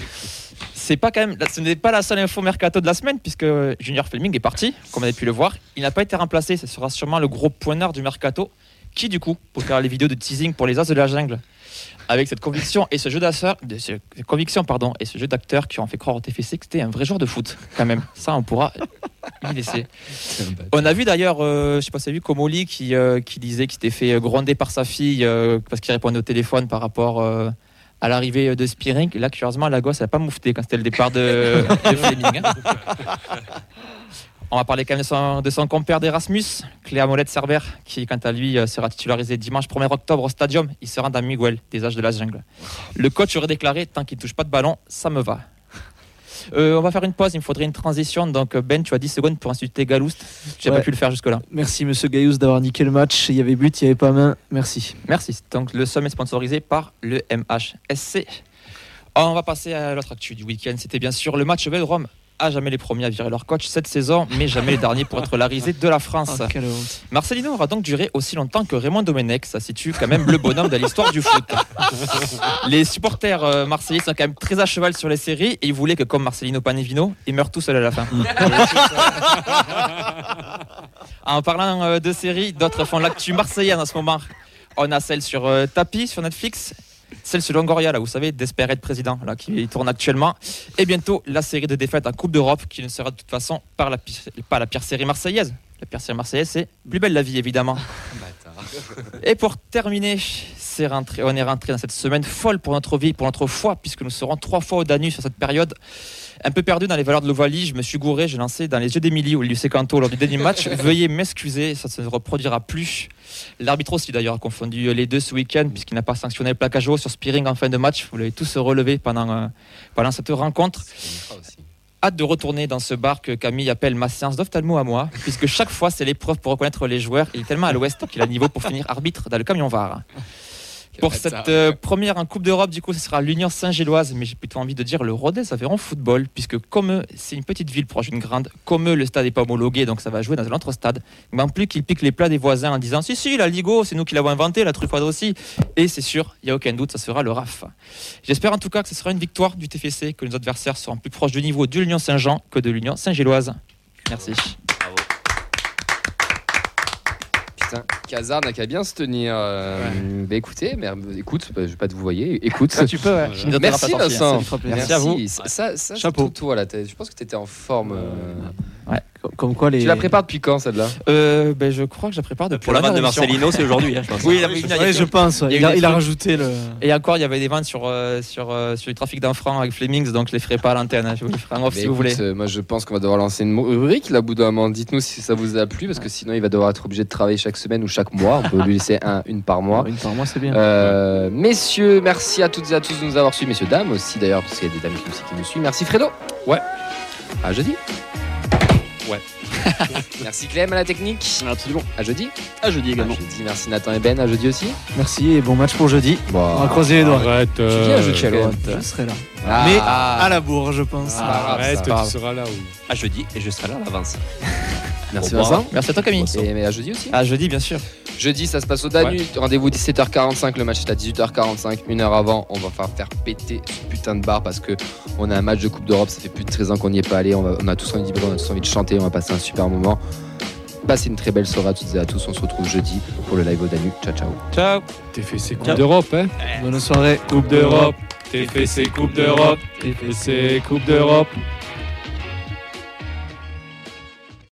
Ce n'est pas la seule info mercato de la semaine, puisque Junior Fleming est parti, comme on a pu le voir. Il n'a pas été remplacé, ce sera sûrement le gros poignard du mercato, qui du coup, pour faire les vidéos de teasing pour les As de la jungle, avec cette conviction et ce jeu d'acteurs qui ont fait croire au TFC que c'était un vrai joueur de foot, quand même. Ça, on pourra y laisser. On a vu d'ailleurs, je sais pas si vous avez vu, Komoli qui disait qu'il s'était fait gronder par sa fille parce qu'il répondait au téléphone par rapport à l'arrivée de Spearing. Là, curieusement, la gosse, elle n'a pas moufté quand c'était le départ de Fleming. Hein. On va parler quand même de son compère d'Erasmus, Cléa Molette-Cerver, qui, quant à lui, sera titularisé dimanche 1er octobre au Stadium. Il sera dans Miguel, des Âges de la Jungle. Le coach aurait déclaré, tant qu'il ne touche pas de ballon, ça me va. On va faire une pause, il me faudrait une transition. Donc Ben, tu as 10 secondes pour insulter Galoust. J'ai pas pu le faire jusque-là. Merci Monsieur Gayoust d'avoir niqué le match. Il y avait but, il n'y avait pas main. Merci. Donc le sommet est sponsorisé par le MHSC. On va passer à l'autre actu du week-end. C'était bien sûr le match Vélodrome à jamais les premiers à virer leur coach cette saison, mais jamais les derniers pour être la risée de la France. Oh, quelle honte. Marcelino aura donc duré aussi longtemps que Raymond Domenech, ça situe quand même le bonhomme de l'histoire du foot. Les supporters marseillais sont quand même très à cheval sur les séries et ils voulaient que comme Marcelino Panevino, ils meurent tous seuls à la fin. En parlant de séries, d'autres font l'actu marseillaise en ce moment. On a celle sur Tapis sur Netflix, celle sur Longoria, là, vous savez, Desperate Président, là, qui tourne actuellement, et bientôt la série de défaites en Coupe d'Europe, qui ne sera de toute façon pas la pire série marseillaise. La pire série marseillaise, c'est Plus belle la vie, évidemment. Et pour terminer, on est rentré dans cette semaine folle pour notre vie, pour notre foi, puisque nous serons 3 fois au Danube sur cette période. Un peu perdu dans les valeurs de l'Ovalie, je me suis gouré, j'ai lancé Dans les yeux d'Émilie ou Lucie Canto lors du dernier match. Veuillez m'excuser, ça ne se reproduira plus. L'arbitre aussi d'ailleurs a confondu les deux ce week-end, puisqu'il n'a pas sanctionné le plaquage haut sur Spearing en fin de match. Vous l'avez tous relevé pendant cette rencontre. Hâte de retourner dans ce bar que Camille appelle ma séance d'ophtalmo à moi, puisque chaque fois c'est l'épreuve pour reconnaître les joueurs. Il est tellement à l'ouest qu'il a le niveau pour finir arbitre dans le camion VAR. Pour cette première en Coupe d'Europe, du coup, ce sera l'Union Saint-Gilloise, mais j'ai plutôt envie de dire le Rodez Aveyron Football, puisque comme c'est une petite ville proche d'une grande, comme le stade n'est pas homologué, donc ça va jouer dans un autre stade. Mais en plus qu'il pique les plats des voisins en disant si, la Ligo, c'est nous qui l'avons inventé, la truffade aussi. Et c'est sûr, il n'y a aucun doute, ça sera le RAF. J'espère en tout cas que ce sera une victoire du TFC, que nos adversaires seront plus proches du niveau de l'Union Saint-Jean que de l'Union Saint-Gilloise. Merci. Cazard n'a qu'à bien se tenir. Bah écoutez, écoute, je vais pas te vous voyez. Écoute. Tu peux, ouais. Merci Vincent. Merci à vous. Ça chapeau. Toi là, je pense que tu étais en forme. Ouais. Comme quoi les. Tu la prépares depuis quand celle-là? Je crois que je la prépare depuis. Pour la vanne de Marcelino, c'est aujourd'hui, je pense. Oui, je pense. Il a rajouté le. Et encore, il y avait des vannes sur le trafic d'infrants avec Flemings, donc je les ferai pas à l'antenne. Je vous les ferai en off si vous voulez. Moi, je pense qu'on va devoir lancer une rubrique là, bout d'un moment. Dites-nous si ça vous a plu, parce que sinon, il va devoir être obligé de travailler chaque semaine ou chaque mois. On peut lui laisser une par mois. Une par mois, c'est bien. Messieurs, merci à toutes et à tous de nous avoir suivis. Messieurs, dames aussi d'ailleurs, parce qu'il y a des dames qui nous suivent. Merci Fredo. Ouais. À jeudi. Ouais. Merci Clem à la technique. Absolument. À jeudi. À jeudi également. Merci Nathan et Ben. À jeudi aussi. Merci et bon match pour jeudi. Bon, on va croiser les doigts. Arrête. Tu dis à jeudi alors. Je serai là. Mais à la bourre, je pense. Arrête, tu seras là. Oui. À jeudi et je serai là à l'avance. Merci Vincent. Merci à toi Camille. Et à jeudi aussi. À jeudi bien sûr. Jeudi ça se passe au Danube. Rendez-vous 17h45. Le match est à 18h45. Une heure avant, on va faire péter ce putain de bar parce que on a un match de Coupe d'Europe. Ça fait plus de 13 ans qu'on n'y est pas allé. On a tous envie de chanter. On va passer un super moment. Passez une très belle soirée à toutes et à tous. On se retrouve jeudi pour le live au Danube. Ciao ciao. Ciao. TFC Coupe d'Europe, hein. Bonne soirée. Coupe d'Europe. TFC Coupe d'Europe. TFC Coupe d'Europe.